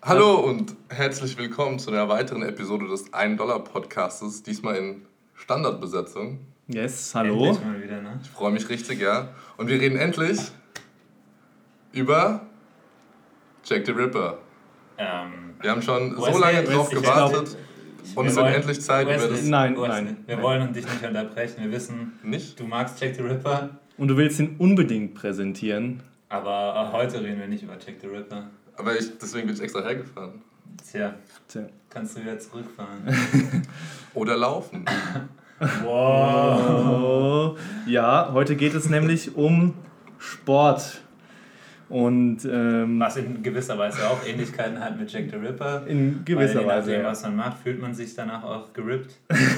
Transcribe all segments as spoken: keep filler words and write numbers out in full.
Hallo und herzlich willkommen zu einer weiteren Episode des ein Dollar Podcastes, diesmal in Standardbesetzung. Yes, hallo. Endlich mal wieder, ne? Ich freue mich richtig, ja. Und wir reden endlich über Jack the Ripper. Ähm, Wir haben schon Wesley, so lange drauf Wesley, gewartet und es wird endlich Zeit, Wesley, über das... Nein, Wesley, nein. Wir wollen dich nicht unterbrechen. Wir wissen, Nicht? du magst Jack the Ripper, Und du willst ihn unbedingt präsentieren. aber heute reden wir nicht über Jack the Ripper. Aber ich, deswegen bin ich extra hergefahren. Tja, Tja. kannst du wieder zurückfahren. Oder laufen. Wow. Oh, ja, heute geht es nämlich um Sport. Und ähm, Was in gewisser Weise auch Ähnlichkeiten hat mit Jack the Ripper. in gewisser weil je Weise. nachdem, Ja. was man macht, fühlt man sich danach auch gerippt.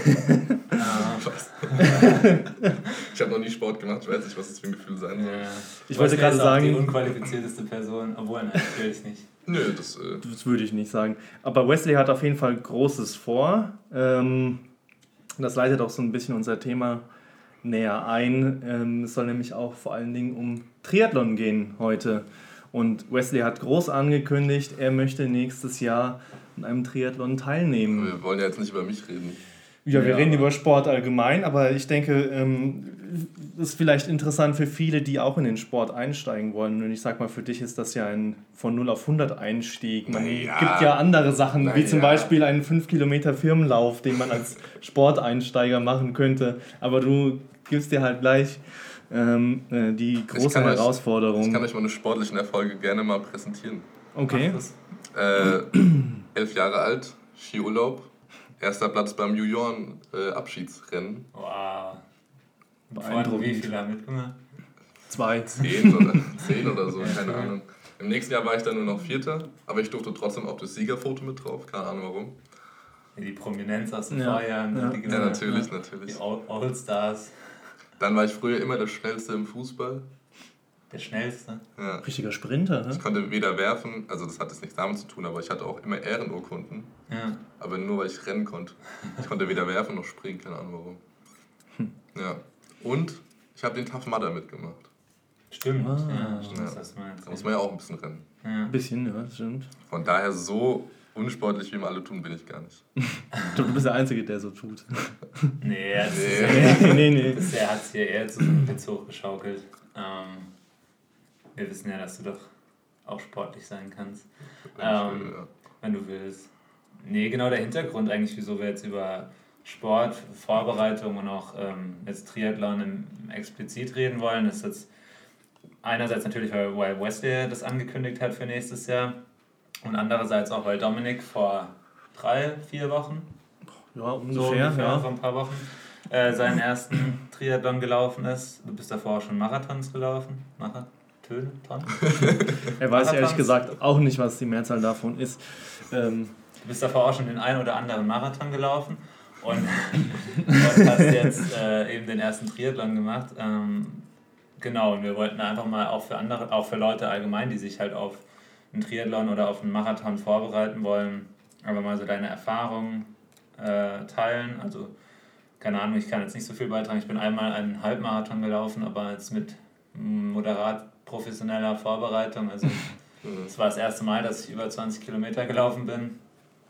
Ich habe noch nie Sport gemacht, ich weiß nicht, was das für ein Gefühl sein soll. Ja. Ich wollte Wesley gerade ist auch sagen- die unqualifizierteste Person, obwohl natürlich nicht. Nö, das... Äh, Das würde ich nicht sagen. Aber Wesley hat auf jeden Fall Großes vor. Ähm, das leitet auch so ein bisschen unser Thema näher ein. Ähm, es soll nämlich auch vor allen Dingen um Triathlon gehen heute. Und Wesley hat groß angekündigt, er möchte nächstes Jahr an einem Triathlon teilnehmen. wir wollen ja jetzt nicht über mich reden. Ja, wir Ja. reden über Sport allgemein, aber ich denke, ähm, das ist vielleicht interessant für viele, die auch in den Sport einsteigen wollen. Und ich sag mal, für dich ist das ja ein von null auf hundert Einstieg. Man Naja. gibt ja andere Sachen, wie Naja. zum Beispiel einen fünf Kilometer Firmenlauf, den man als Sporteinsteiger machen könnte. Aber du gibst dir halt gleich ähm, äh, die große kann euch- Herausforderung. Ich kann euch meine sportlichen Erfolge gerne mal präsentieren. Okay. Mach das. Äh, elf Jahre alt, Skiurlaub, erster Platz beim Junioren äh, Abschiedsrennen, Wow. Beeindruckend. Von wie viele haben mitgemacht? Zwei. zehn oder, zehn oder so, Ja, keine cool. Ahnung. Im nächsten Jahr war ich dann nur noch Vierter, aber ich durfte trotzdem auf das Siegerfoto mit drauf, keine Ahnung warum. Die Prominenz aus den Ja. Vorjahren. Ja. Die Ja, gewinnen. natürlich, natürlich. Die All- All-Stars. Dann war ich früher immer der Schnellste im Fußball. Der Schnellste. Ja. Richtiger Sprinter, ne? Ich konnte weder werfen, also das hat jetzt nichts damit zu tun, aber ich hatte auch immer Ehrenurkunden, Ja. aber nur weil ich rennen konnte. Ich konnte weder werfen noch springen, keine Ahnung warum. Ja. Und ich habe den Tough Mudder mitgemacht. Stimmt. Ah. Ja, stimmt, Ja. das meinst Da muss man ja auch ein bisschen rennen. ja. Ein bisschen, ja, das stimmt. Von daher so unsportlich, wie immer alle tun, bin ich gar nicht. Ich glaube, du bist der Einzige, der so tut. Nee, das Nee. ist nee, nee, nee. das, er hat es hier eher zu so einem Witz hochgeschaukelt. Ähm, wir wissen ja, dass du doch auch sportlich sein kannst, Wenn ich Ähm, will, ja. wenn du willst. Nee, genau der Hintergrund eigentlich, wieso wir jetzt über Sport, Vorbereitung und auch ähm, jetzt Triathlon im, explizit reden wollen, ist jetzt einerseits natürlich, weil, weil Wesley das angekündigt hat für nächstes Jahr und andererseits auch, weil Dominik vor drei, vier Wochen, Ja, so ungefähr, ungefähr, ja. vor ein paar Wochen, äh, seinen ersten Triathlon gelaufen ist. Du bist davor auch schon Marathons gelaufen. Marathon? Ton? Er weiß ehrlich Marathons? gesagt auch nicht, was die Mehrzahl davon ist. Ähm, Du bist davor auch schon den einen oder anderen Marathon gelaufen und, und hast jetzt äh, eben den ersten Triathlon gemacht. Ähm, genau, und wir wollten einfach mal auch für andere, auch für Leute allgemein, die sich halt auf einen Triathlon oder auf einen Marathon vorbereiten wollen, aber mal so deine Erfahrungen äh, teilen. Also, keine Ahnung, ich kann jetzt nicht so viel beitragen. Ich bin einmal einen Halbmarathon gelaufen, aber jetzt mit moderat professioneller Vorbereitung. Also, es war das erste Mal, dass ich über zwanzig Kilometer gelaufen bin.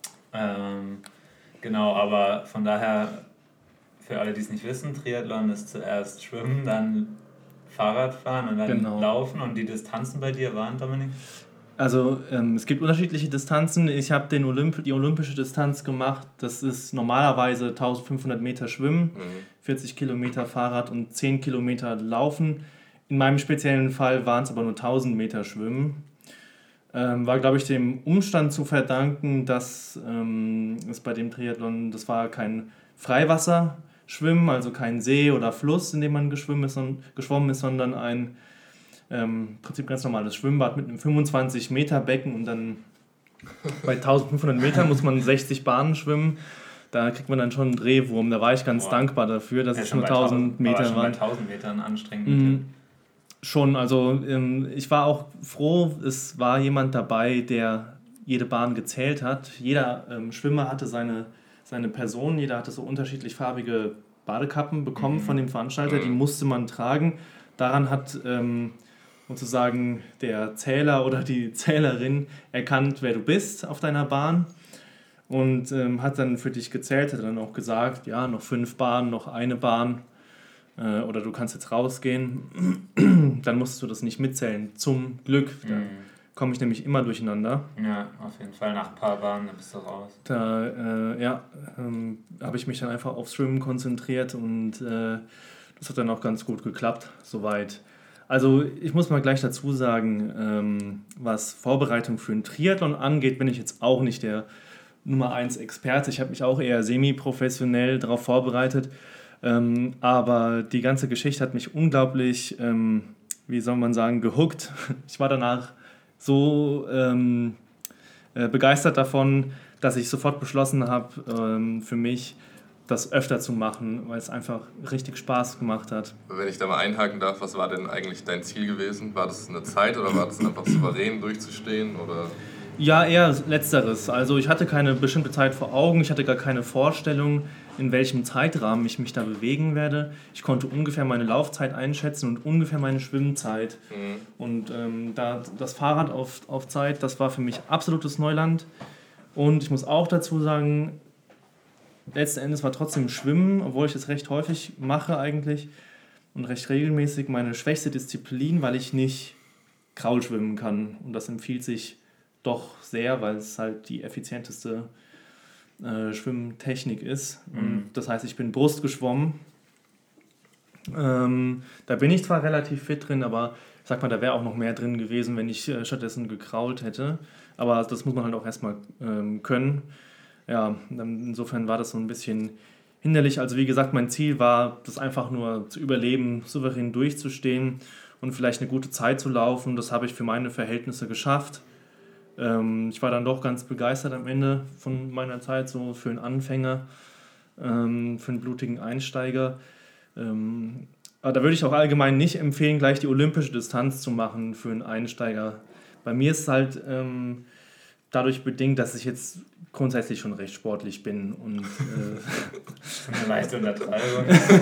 Ähm, genau, aber von daher, für alle, die es nicht wissen, Triathlon ist zuerst Schwimmen, dann Fahrradfahren und dann Genau. Laufen. Und die Distanzen bei dir waren, Dominik? Also ähm, es gibt unterschiedliche Distanzen. Ich habe den Olymp die olympische Distanz gemacht. Das ist normalerweise eintausendfünfhundert Meter Schwimmen, Mhm. vierzig Kilometer Fahrrad und zehn Kilometer Laufen. In meinem speziellen Fall waren es aber nur tausend Meter Schwimmen. Ähm, war, glaube ich, dem Umstand zu verdanken, dass ähm, es bei dem Triathlon, das war kein Freiwasserschwimmen, also kein See oder Fluss, in dem man geschwommen ist, und, geschwommen ist sondern ein ähm, im Prinzip ganz normales Schwimmbad mit einem fünfundzwanzig Meter Becken und dann bei eintausendfünfhundert Metern muss man sechzig Bahnen schwimmen. Da kriegt man dann schon einen Drehwurm. Da war ich ganz Boah. dankbar dafür, dass Ja, es schon nur bei tausend war Meter schon bei waren. tausend Metern anstrengend. Mhm. Schon, also ähm, ich war auch froh, es war jemand dabei, der jede Bahn gezählt hat. Jeder ähm, Schwimmer hatte seine, seine Person, jeder hatte so unterschiedlich farbige Badekappen bekommen Mhm. von dem Veranstalter, die Mhm. musste man tragen. Daran hat ähm, und sozusagen der Zähler oder die Zählerin erkannt, wer du bist auf deiner Bahn und ähm, hat dann für dich gezählt, hat dann auch gesagt, ja, noch fünf Bahnen, noch eine Bahn äh, oder du kannst jetzt rausgehen. Dann musst du das nicht mitzählen, zum Glück. Da Mhm. komme ich nämlich immer durcheinander. Ja, auf jeden Fall. Nach ein paar Bahnen bist du raus. Da äh, ja, ähm, habe ich mich dann einfach aufs Schwimmen konzentriert und äh, das hat dann auch ganz gut geklappt, soweit. Also ich muss mal gleich dazu sagen, ähm, was Vorbereitung für einen Triathlon angeht, bin ich jetzt auch nicht der Nummer eins Experte. Ich habe mich auch eher semi-professionell darauf vorbereitet. Ähm, aber die ganze Geschichte hat mich unglaublich, ähm, wie soll man sagen, gehuckt. Ich war danach so ähm, äh, begeistert davon, dass ich sofort beschlossen habe, ähm, für mich das öfter zu machen, weil es einfach richtig Spaß gemacht hat. Wenn ich da mal einhaken darf, was war denn eigentlich dein Ziel gewesen? War das eine Zeit oder war das einfach souverän durchzustehen? Oder? Ja, eher letzteres. Also ich hatte keine bestimmte Zeit vor Augen, ich hatte gar keine Vorstellung, in welchem Zeitrahmen ich mich da bewegen werde. Ich konnte ungefähr meine Laufzeit einschätzen und ungefähr meine Schwimmzeit. Mhm. Und ähm, da, das Fahrrad auf, auf Zeit, das war für mich absolutes Neuland. Und ich muss auch dazu sagen, letzten Endes war trotzdem Schwimmen, obwohl ich das recht häufig mache eigentlich und recht regelmäßig, meine schwächste Disziplin, weil ich nicht Kraul schwimmen kann. Und das empfiehlt sich doch sehr, weil es halt die effizienteste äh, Schwimmtechnik ist. Mhm. Und das heißt, ich bin Brust geschwommen. Ähm, da bin ich zwar relativ fit drin, aber ich sag mal, da wäre auch noch mehr drin gewesen, wenn ich äh, stattdessen gekrault hätte. Aber das muss man halt auch erstmal ähm, können. Ja, dann, insofern war das so ein bisschen hinderlich. Also wie gesagt, mein Ziel war, das einfach nur zu überleben, souverän durchzustehen und vielleicht eine gute Zeit zu laufen. Das habe ich für meine Verhältnisse geschafft. Ähm, ich war dann doch ganz begeistert am Ende von meiner Zeit, so für einen Anfänger, ähm, für einen blutigen Einsteiger. Ähm, aber da würde ich auch allgemein nicht empfehlen, gleich die olympische Distanz zu machen für einen Einsteiger. Bei mir ist es halt ähm, dadurch bedingt, dass ich jetzt grundsätzlich schon recht sportlich bin. Und, äh Eine leichte Untertreibung.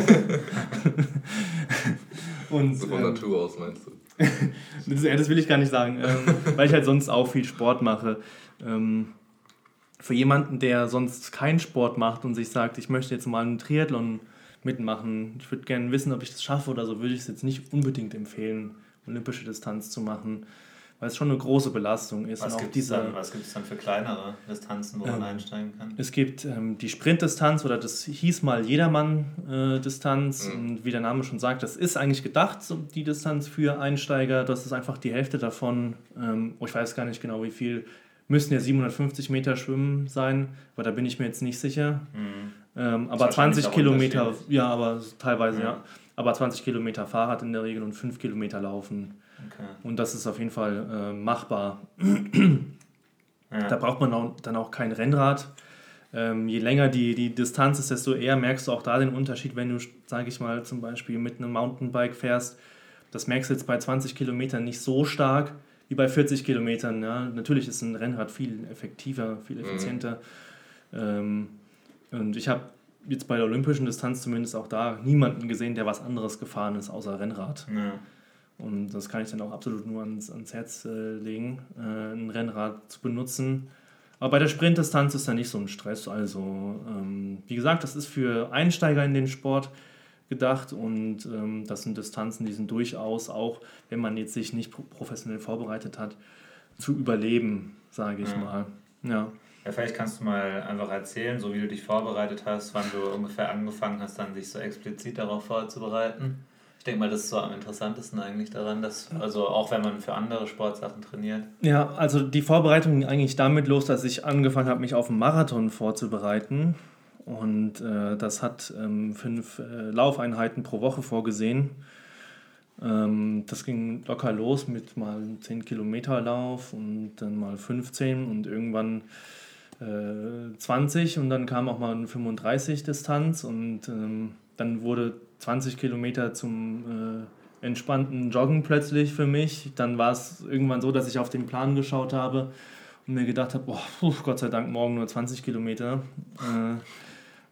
und, So von ähm, Natur aus meinst du? das, das will ich gar nicht sagen, ähm, weil ich halt sonst auch viel Sport mache. Ähm, für jemanden, der sonst keinen Sport macht und sich sagt, ich möchte jetzt mal einen Triathlon mitmachen, ich würde gerne wissen, ob ich das schaffe oder so, würde ich es jetzt nicht unbedingt empfehlen, olympische Distanz zu machen, weil es schon eine große Belastung ist. Was Und auch gibt es diese, dann, was gibt's dann für kleinere Distanzen, wo man Ähm, einsteigen kann? Es gibt ähm, die Sprintdistanz oder das hieß mal Jedermann-Distanz. Mhm. Und wie der Name schon sagt, das ist eigentlich gedacht, so die Distanz für Einsteiger. Das ist einfach die Hälfte davon. Ähm, oh, ich weiß gar nicht genau, wie viel. Müssten ja siebenhundertfünfzig Meter Schwimmen sein, aber da bin ich mir jetzt nicht sicher. Mhm. Ähm, aber wahrscheinlich zwanzig auch Kilometer, unterschiedlich. ja, aber teilweise, Ja. ja. Aber zwanzig Kilometer Fahrrad in der Regel und fünf Kilometer Laufen. Okay. Und das ist auf jeden Fall äh, machbar. Ja. Da braucht man auch, dann auch kein Rennrad. Ähm, je länger die, die Distanz ist, desto eher merkst du auch da den Unterschied, wenn du, sage ich mal, zum Beispiel mit einem Mountainbike fährst. Das merkst du jetzt bei zwanzig Kilometern nicht so stark wie bei vierzig Kilometern. Ja. Natürlich ist ein Rennrad viel effektiver, viel effizienter. Mhm. Ähm, und ich habe jetzt bei der olympischen Distanz zumindest auch da niemanden gesehen, der was anderes gefahren ist, außer Rennrad. Ja. Und das kann ich dann auch absolut nur ans, ans Herz äh, legen, äh, ein Rennrad zu benutzen. Aber bei der Sprintdistanz ist da nicht so ein Stress. Also, ähm, wie gesagt, das ist für Einsteiger in den Sport gedacht und ähm, das sind Distanzen, die sind durchaus auch, wenn man jetzt sich nicht pro- professionell vorbereitet hat, zu überleben, sage ich Ja. mal. Ja. Ja, vielleicht kannst du mal einfach erzählen, so wie du dich vorbereitet hast, wann du ungefähr angefangen hast, dann dich so explizit darauf vorzubereiten. Ich denke mal, das ist so am interessantesten eigentlich daran, dass, also auch wenn man für andere Sportsachen trainiert. Ja, also die Vorbereitung ging eigentlich damit los, dass ich angefangen habe, mich auf einen Marathon vorzubereiten. Und äh, das hat ähm, fünf äh, Laufeinheiten pro Woche vorgesehen. Ähm, das ging locker los mit mal zehn Kilometer Lauf und dann mal fünfzehn und irgendwann äh, zwanzig und dann kam auch mal eine fünfunddreißig Distanz und ähm, dann wurde zwanzig Kilometer zum äh, entspannten Joggen plötzlich für mich. Dann war es irgendwann so, dass ich auf den Plan geschaut habe und mir gedacht habe, boah, puh, Gott sei Dank morgen nur zwanzig Kilometer. Äh,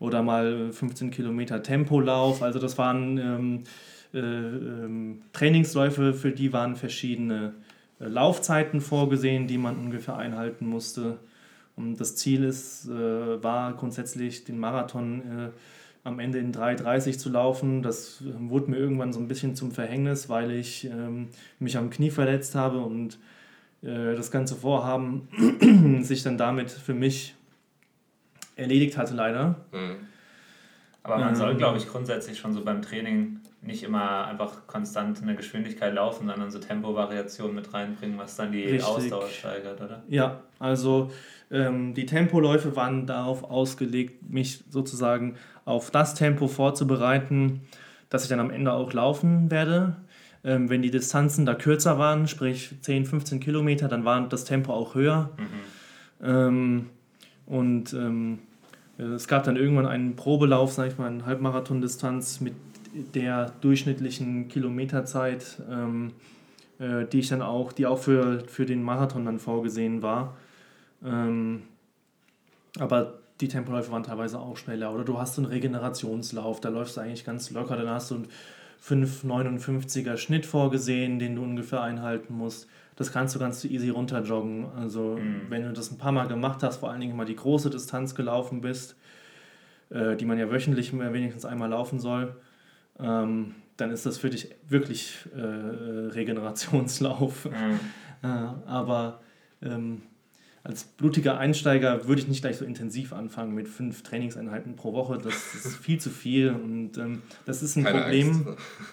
oder mal fünfzehn Kilometer Tempolauf. Also das waren ähm, äh, ähm, Trainingsläufe, für die waren verschiedene äh, Laufzeiten vorgesehen, die man ungefähr einhalten musste. Und das Ziel ist, äh, war grundsätzlich den Marathon äh, am Ende in drei dreißig zu laufen. Das äh, wurde mir irgendwann so ein bisschen zum Verhängnis, weil ich ähm, mich am Knie verletzt habe und äh, das ganze Vorhaben sich dann damit für mich erledigt hatte, leider. Mhm. Aber man ähm, soll, glaube ich, grundsätzlich schon so beim Training nicht immer einfach konstant in der Geschwindigkeit laufen, sondern so Tempovariationen mit reinbringen, was dann die Richtig. Ausdauer steigert, oder? Ja, also ähm, die Tempoläufe waren darauf ausgelegt, mich sozusagen auf das Tempo vorzubereiten, dass ich dann am Ende auch laufen werde. Ähm, wenn die Distanzen da kürzer waren, sprich zehn, fünfzehn Kilometer, dann war das Tempo auch höher. Mhm. Ähm, und ähm, es gab dann irgendwann einen Probelauf, sag ich mal, eine Halbmarathon-Distanz mit der durchschnittlichen Kilometerzeit, ähm, äh, die ich dann auch, die auch für, für den Marathon dann vorgesehen war. Ähm, aber die Tempoläufe waren teilweise auch schneller. Oder du hast so einen Regenerationslauf, da läufst du eigentlich ganz locker, dann hast du einen fünf neunundfünfziger Schnitt vorgesehen, den du ungefähr einhalten musst. Das kannst du ganz easy runterjoggen. Also mhm. wenn du das ein paar Mal gemacht hast, vor allen Dingen mal die große Distanz gelaufen bist, äh, die man ja wöchentlich wenigstens einmal laufen soll, ähm, dann ist das für dich wirklich äh, Regenerationslauf. Mhm. äh, aber ähm, als blutiger Einsteiger würde ich nicht gleich so intensiv anfangen mit fünf Trainingseinheiten pro Woche. Das ist viel zu viel und ähm, das ist ein Keine Problem.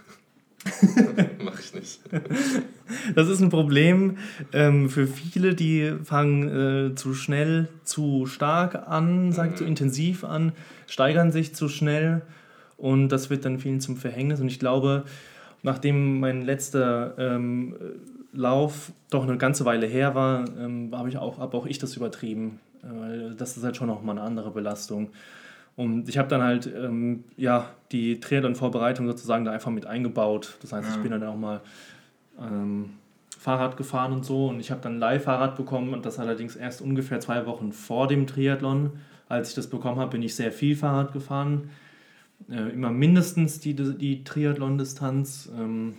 Mach ich nicht. Das ist ein Problem ähm, für viele, die fangen äh, zu schnell, zu stark an, sag ich, mhm. zu intensiv an, steigern sich zu schnell und das wird dann vielen zum Verhängnis. Und ich glaube, nachdem mein letzter ähm, Lauf doch eine ganze Weile her war, ähm, habe ich auch, hab auch ich das übertrieben. Weil das ist halt schon nochmal eine andere Belastung. Und ich habe dann halt ähm, ja, die Triathlon-Vorbereitung sozusagen da einfach mit eingebaut. Das heißt, ja. ich bin dann auch mal ähm, Fahrrad gefahren und so. Und ich habe dann ein Leihfahrrad bekommen und das allerdings erst ungefähr zwei Wochen vor dem Triathlon. Als ich das bekommen habe, bin ich sehr viel Fahrrad gefahren. Äh, immer mindestens die, die Triathlon-Distanz. Ähm,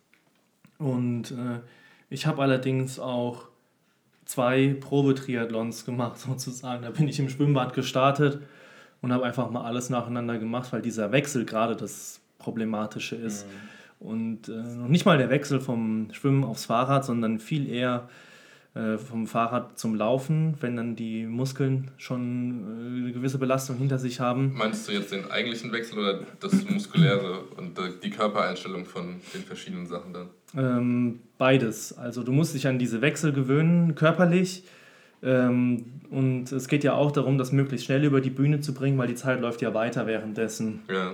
und äh, ich habe allerdings auch zwei Probetriathlons gemacht sozusagen. Da bin ich im Schwimmbad gestartet und habe einfach mal alles nacheinander gemacht, weil dieser Wechsel gerade das Problematische ist. Mhm. Und äh, noch nicht mal der Wechsel vom Schwimmen aufs Fahrrad, sondern viel eher äh, vom Fahrrad zum Laufen, wenn dann die Muskeln schon äh, eine gewisse Belastung hinter sich haben. Meinst du jetzt den eigentlichen Wechsel oder das Muskuläre und die Körpereinstellung von den verschiedenen Sachen dann? Ähm, beides. Also du musst dich an diese Wechsel gewöhnen, körperlich. Ähm, und es geht ja auch darum, das möglichst schnell über die Bühne zu bringen, weil die Zeit läuft ja weiter währenddessen. Ja.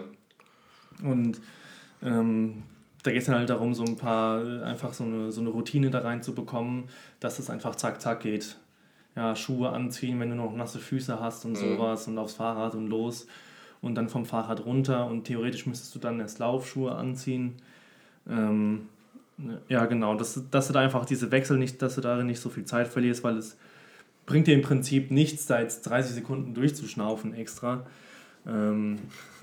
Und ähm, da geht es dann halt darum, so ein paar, einfach so eine, so eine Routine da reinzubekommen, dass es einfach zack, zack geht. Ja, Schuhe anziehen, wenn du noch nasse Füße hast und mhm. sowas und aufs Fahrrad und los und dann vom Fahrrad runter und theoretisch müsstest du dann erst Laufschuhe anziehen. Ähm, ja, genau, dass, dass du da einfach diese Wechsel nicht, dass du darin nicht so viel Zeit verlierst, weil es bringt dir im Prinzip nichts, da jetzt dreißig Sekunden durchzuschnaufen extra. Ähm,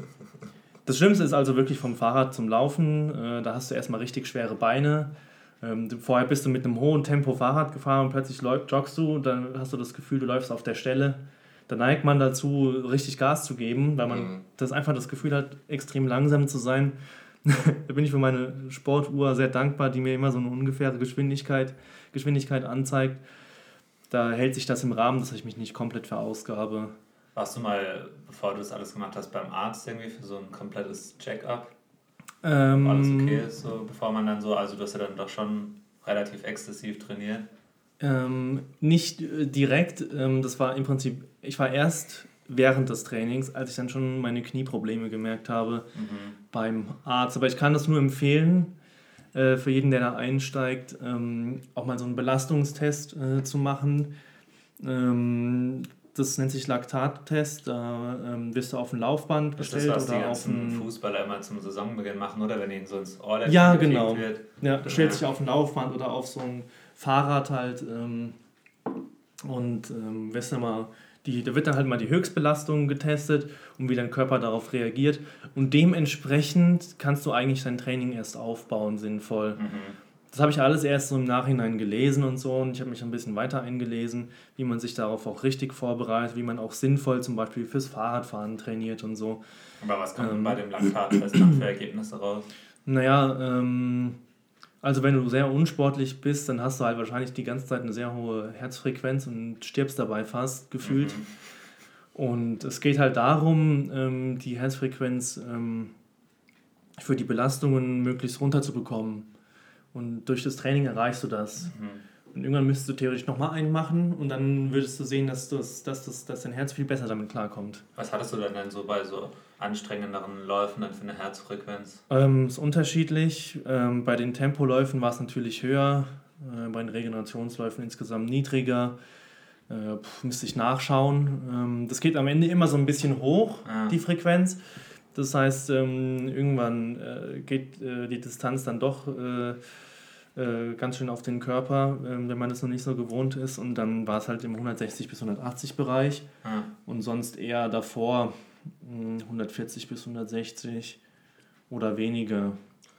das Schlimmste ist also wirklich vom Fahrrad zum Laufen. Äh, da hast du erstmal richtig schwere Beine. Ähm, du, vorher bist du mit einem hohen Tempo Fahrrad gefahren und plötzlich joggst du, dann hast du das Gefühl, du läufst auf der Stelle. Da neigt man dazu, richtig Gas zu geben, weil man mhm. das einfach das Gefühl hat, extrem langsam zu sein. Da bin ich für meine Sportuhr sehr dankbar, die mir immer so eine ungefähre Geschwindigkeit, Geschwindigkeit anzeigt. Da hält sich das im Rahmen, dass ich mich nicht komplett verausgabe. Warst du mal, bevor du das alles gemacht hast, beim Arzt irgendwie für so ein komplettes Check-up? Ähm, Ob alles okay ist, so, bevor man dann so, also du hast ja dann doch schon relativ exzessiv trainiert. Ähm, nicht äh, direkt, ähm, das war im Prinzip, ich war erst während des Trainings, als ich dann schon meine Knieprobleme gemerkt habe, mhm. beim Arzt. Aber ich kann das nur empfehlen, äh, für jeden, der da einsteigt, ähm, auch mal so einen Belastungstest äh, zu machen. Ähm, das nennt sich Laktattest, da ähm, wirst du auf ein Laufband gestellt. Das ist das, was oder die auf ein Fußballer immer zum Saisonbeginn machen, oder? Wenn ihnen so ins Ohrläppchen ja, genau. wird. Ja, du stellst dich auf ein Laufband oder auf so ein Fahrrad halt ähm, und ähm, wirst dann mal Die, da wird dann halt mal die Höchstbelastung getestet und wie dein Körper darauf reagiert. Und dementsprechend kannst du eigentlich dein Training erst aufbauen, sinnvoll. Mhm. Das habe ich alles erst so im Nachhinein gelesen und so. Und ich habe mich ein bisschen weiter eingelesen, wie man sich darauf auch richtig vorbereitet, wie man auch sinnvoll zum Beispiel fürs Fahrradfahren trainiert und so. Aber was kommt ähm, bei dem Laktattest dann für Ergebnisse raus? Naja, ähm... Also wenn du sehr unsportlich bist, dann hast du halt wahrscheinlich die ganze Zeit eine sehr hohe Herzfrequenz und stirbst dabei fast, gefühlt. Mhm. Und es geht halt darum, die Herzfrequenz für die Belastungen möglichst runterzubekommen. Und durch das Training erreichst du das. Mhm. Und irgendwann müsstest du theoretisch nochmal einen machen und dann würdest du sehen, dass, das, dass, das, dass dein Herz viel besser damit klarkommt. Was hattest du denn, denn so bei so anstrengenderen Läufen dann für eine Herzfrequenz? Ähm, ist unterschiedlich. Ähm, bei den Tempoläufen war es natürlich höher, äh, bei den Regenerationsläufen insgesamt niedriger. Äh, pf, müsste ich nachschauen. Ähm, das geht am Ende immer so ein bisschen hoch, ja. die Frequenz. Das heißt, ähm, irgendwann äh, geht äh, die Distanz dann doch äh, äh, ganz schön auf den Körper, äh, wenn man das noch nicht so gewohnt ist. Und dann war es halt im hundertsechzig bis hundertachtzig Bereich ja. und sonst eher davor hundertvierzig bis hundertsechzig oder weniger.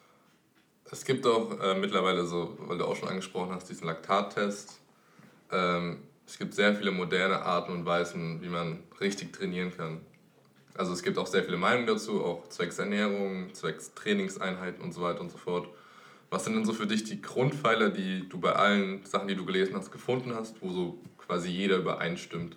Es gibt auch äh, mittlerweile so, weil du auch schon angesprochen hast, diesen Laktattest. Ähm, es gibt sehr viele moderne Arten und Weisen, wie man richtig trainieren kann. Also es gibt auch sehr viele Meinungen dazu, auch zwecks Ernährung, zwecks Trainingseinheiten und so weiter und so fort. Was sind denn so für dich die Grundpfeiler, die du bei allen Sachen, die du gelesen hast, gefunden hast, wo so quasi jeder übereinstimmt?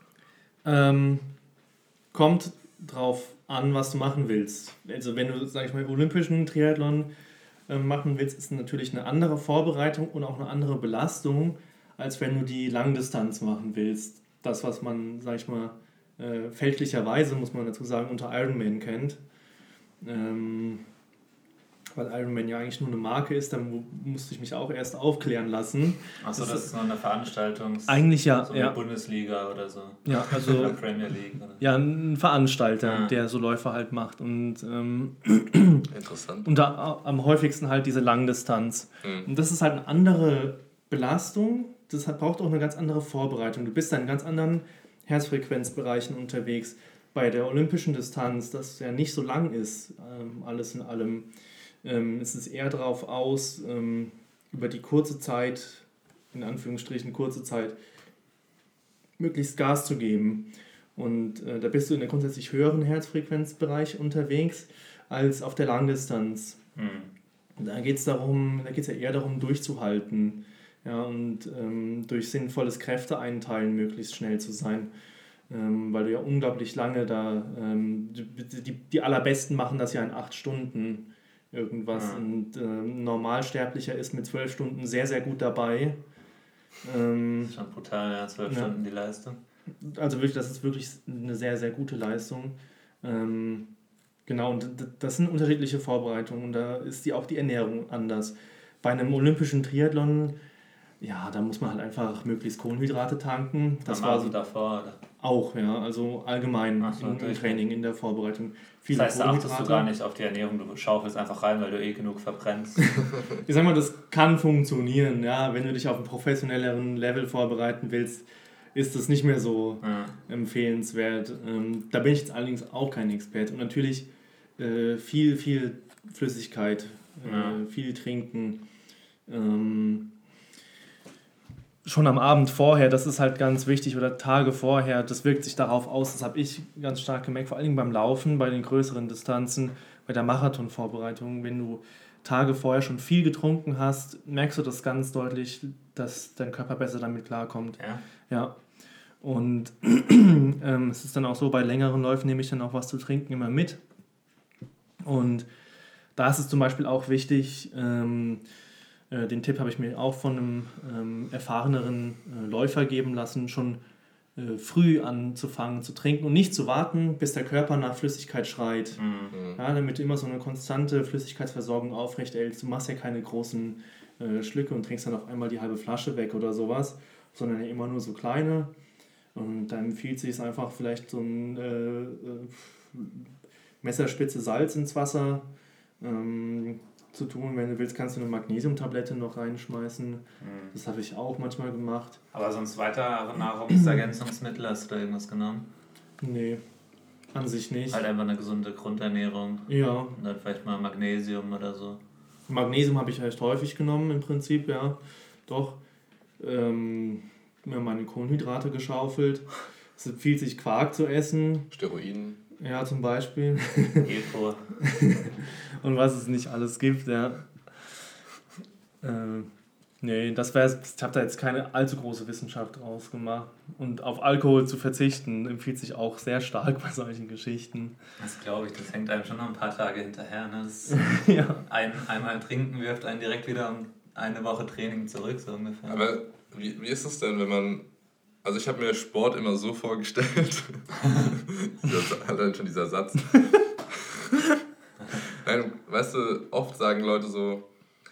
Ähm, kommt drauf an, was du machen willst. Also wenn du, sag ich mal, olympischen Triathlon äh, machen willst, ist natürlich eine andere Vorbereitung und auch eine andere Belastung, als wenn du die Langdistanz machen willst. Das, was man, sag ich mal, äh, fälschlicherweise, muss man dazu sagen, unter Ironman kennt. Ähm, weil Ironman ja eigentlich nur eine Marke ist, dann musste ich mich auch erst aufklären lassen. Achso, das, das ist nur eine Veranstaltung. Eigentlich ja. So ja. eine Bundesliga oder so. Ja, also. Oder Premier League. Oder? Ja, ein Veranstalter, ah. der so Läufer halt macht. Und, ähm, Interessant. Und da am häufigsten halt diese Langdistanz. Mhm. Und das ist halt eine andere Belastung. Das hat, braucht auch eine ganz andere Vorbereitung. Du bist da in ganz anderen Herzfrequenzbereichen unterwegs. Bei der olympischen Distanz, das ja nicht so lang ist, ähm, alles in allem, ähm, ist es eher darauf aus, ähm, über die kurze Zeit, in Anführungsstrichen kurze Zeit, möglichst Gas zu geben. Und äh, da bist du in einem grundsätzlich höheren Herzfrequenzbereich unterwegs als auf der Langdistanz. Mhm. Da geht es darum, da geht's ja eher darum, durchzuhalten, ja, und ähm, durch sinnvolles Kräfteeinteilen möglichst schnell zu sein. Ähm, weil du ja unglaublich lange da, ähm, die, die Allerbesten machen das ja in acht Stunden irgendwas. Ja. Und ähm, Normalsterblicher ist mit zwölf Stunden sehr, sehr gut dabei. Ähm, das ist schon brutal, ja, zwölf ja. Stunden die Leistung. Also wirklich, das ist wirklich eine sehr, sehr gute Leistung. Ähm, genau, und das sind unterschiedliche Vorbereitungen und da ist die, auch die Ernährung anders. Bei einem olympischen Triathlon, ja, da muss man halt einfach möglichst Kohlenhydrate tanken. Das Am war Abend so davor, oder? Auch, ja, also allgemein so, im, im Training, in der Vorbereitung. Viele das heißt, da achtest du gar nicht auf die Ernährung, du schaufelst einfach rein, weil du eh genug verbrennst. Ich sag mal, das kann funktionieren, ja, wenn du dich auf einen professionelleren Level vorbereiten willst, ist das nicht mehr so ja. empfehlenswert. Ähm, da bin ich jetzt allerdings auch kein Experte. Und natürlich äh, viel, viel Flüssigkeit, äh, ja. viel trinken. Ähm, schon am Abend vorher, das ist halt ganz wichtig, oder Tage vorher, das wirkt sich darauf aus, das habe ich ganz stark gemerkt, vor allem beim Laufen, bei den größeren Distanzen, bei der Marathonvorbereitung, wenn du Tage vorher schon viel getrunken hast, merkst du das ganz deutlich, dass dein Körper besser damit klarkommt. Ja. Ja. Und ähm, es ist dann auch so, bei längeren Läufen nehme ich dann auch was zu trinken immer mit. Und da ist es zum Beispiel auch wichtig, ähm, äh, den Tipp habe ich mir auch von einem ähm, erfahreneren äh, Läufer geben lassen, schon äh, früh anzufangen zu trinken und nicht zu warten, bis der Körper nach Flüssigkeit schreit. Mhm. Ja, damit du immer so eine konstante Flüssigkeitsversorgung aufrechterhältst. Du machst ja keine großen äh, Schlücke und trinkst dann auf einmal die halbe Flasche weg oder sowas, sondern ja immer nur so kleine. Und dann empfiehlt sich es einfach vielleicht so ein äh, Messerspitze Salz ins Wasser, ähm, zu tun. Wenn du willst, kannst du eine Magnesiumtablette noch reinschmeißen. Mhm. Das habe ich auch manchmal gemacht. Aber sonst weitere Nahrungsergänzungsmittel, hast du da irgendwas genommen? Nee, an sich nicht. Halt einfach eine gesunde Grundernährung. Ja. Und dann vielleicht mal Magnesium oder so. Magnesium habe ich recht häufig genommen im Prinzip, ja. Doch. Ähm, mir meine Kohlenhydrate geschaufelt. Es empfiehlt sich Quark zu essen. Steroiden. Ja, zum Beispiel. Epo. Und was es nicht alles gibt, ja. Äh, nee, das wäre, ich habe da jetzt keine allzu große Wissenschaft draus gemacht. Und auf Alkohol zu verzichten empfiehlt sich auch sehr stark bei solchen Geschichten. Das glaube ich, das hängt einem schon noch ein paar Tage hinterher. Ne? Das ja. ein, einmal trinken wirft einen direkt wieder um eine Woche Training zurück, so ungefähr. Aber wie, wie ist es denn, wenn man... Also ich habe mir Sport immer so vorgestellt, allein schon dieser Satz. Nein, weißt du, oft sagen Leute so,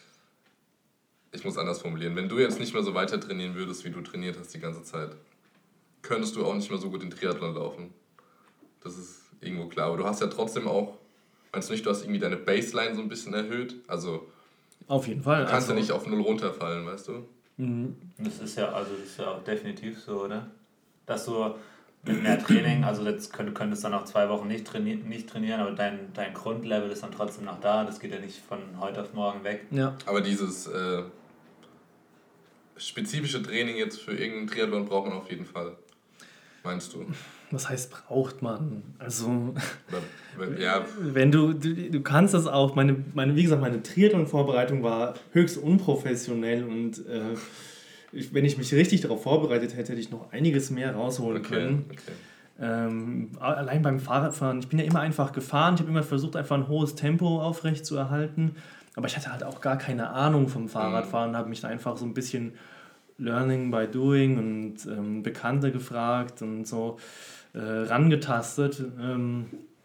ich muss anders formulieren, wenn du jetzt nicht mehr so weiter trainieren würdest, wie du trainiert hast die ganze Zeit, könntest du auch nicht mehr so gut den Triathlon laufen. Das ist irgendwo klar, aber du hast ja trotzdem auch, meinst du nicht, du hast irgendwie deine Baseline so ein bisschen erhöht? Also auf jeden Fall. Du kannst also, ja nicht auf null runterfallen, weißt du? Das ist ja, also das ist ja auch definitiv so, oder? Dass du mit mehr Training, also jetzt könnt, du könntest dann auch zwei Wochen nicht trainieren, nicht trainieren, aber dein, dein Grundlevel ist dann trotzdem noch da, das geht ja nicht von heute auf morgen weg. Ja. Aber dieses äh, spezifische Training jetzt für irgendeinen Triathlon braucht man auf jeden Fall, meinst du? Was heißt braucht man? Also, Oder, ja. wenn du, du, du kannst das auch, meine, meine, wie gesagt, meine Triathlon-Vorbereitung war höchst unprofessionell und äh, ich, wenn ich mich richtig darauf vorbereitet hätte, hätte ich noch einiges mehr rausholen okay, können. Okay. Ähm, allein beim Fahrradfahren, ich bin ja immer einfach gefahren, ich habe immer versucht, einfach ein hohes Tempo aufrecht zu erhalten, aber ich hatte halt auch gar keine Ahnung vom Fahrradfahren, mhm. habe mich da einfach so ein bisschen Learning by Doing und ähm, Bekannte gefragt und so äh, rangetastet. Ähm,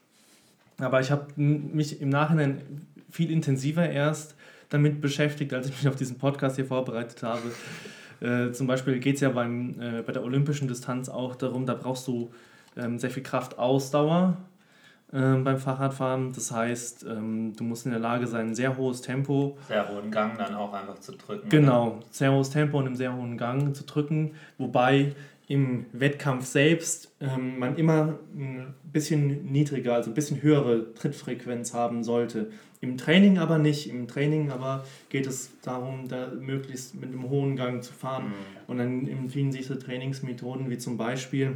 aber ich habe mich im Nachhinein viel intensiver erst damit beschäftigt, als ich mich auf diesen Podcast hier vorbereitet habe. Äh, zum Beispiel geht es ja beim, äh, bei der olympischen Distanz auch darum, da brauchst du ähm, sehr viel Kraftausdauer ähm, beim Fahrradfahren. Das heißt, ähm, du musst in der Lage sein, ein sehr hohes Tempo... Sehr hohen Gang dann auch einfach zu drücken. Genau, oder? sehr hohes Tempo und im sehr hohen Gang zu drücken, wobei im Wettkampf selbst ähm, man immer ein bisschen niedriger, also ein bisschen höhere Trittfrequenz haben sollte. Im Training aber nicht. Im Training aber geht es darum, da möglichst mit einem hohen Gang zu fahren. Mhm. Und dann empfehlen sich so Trainingsmethoden wie zum Beispiel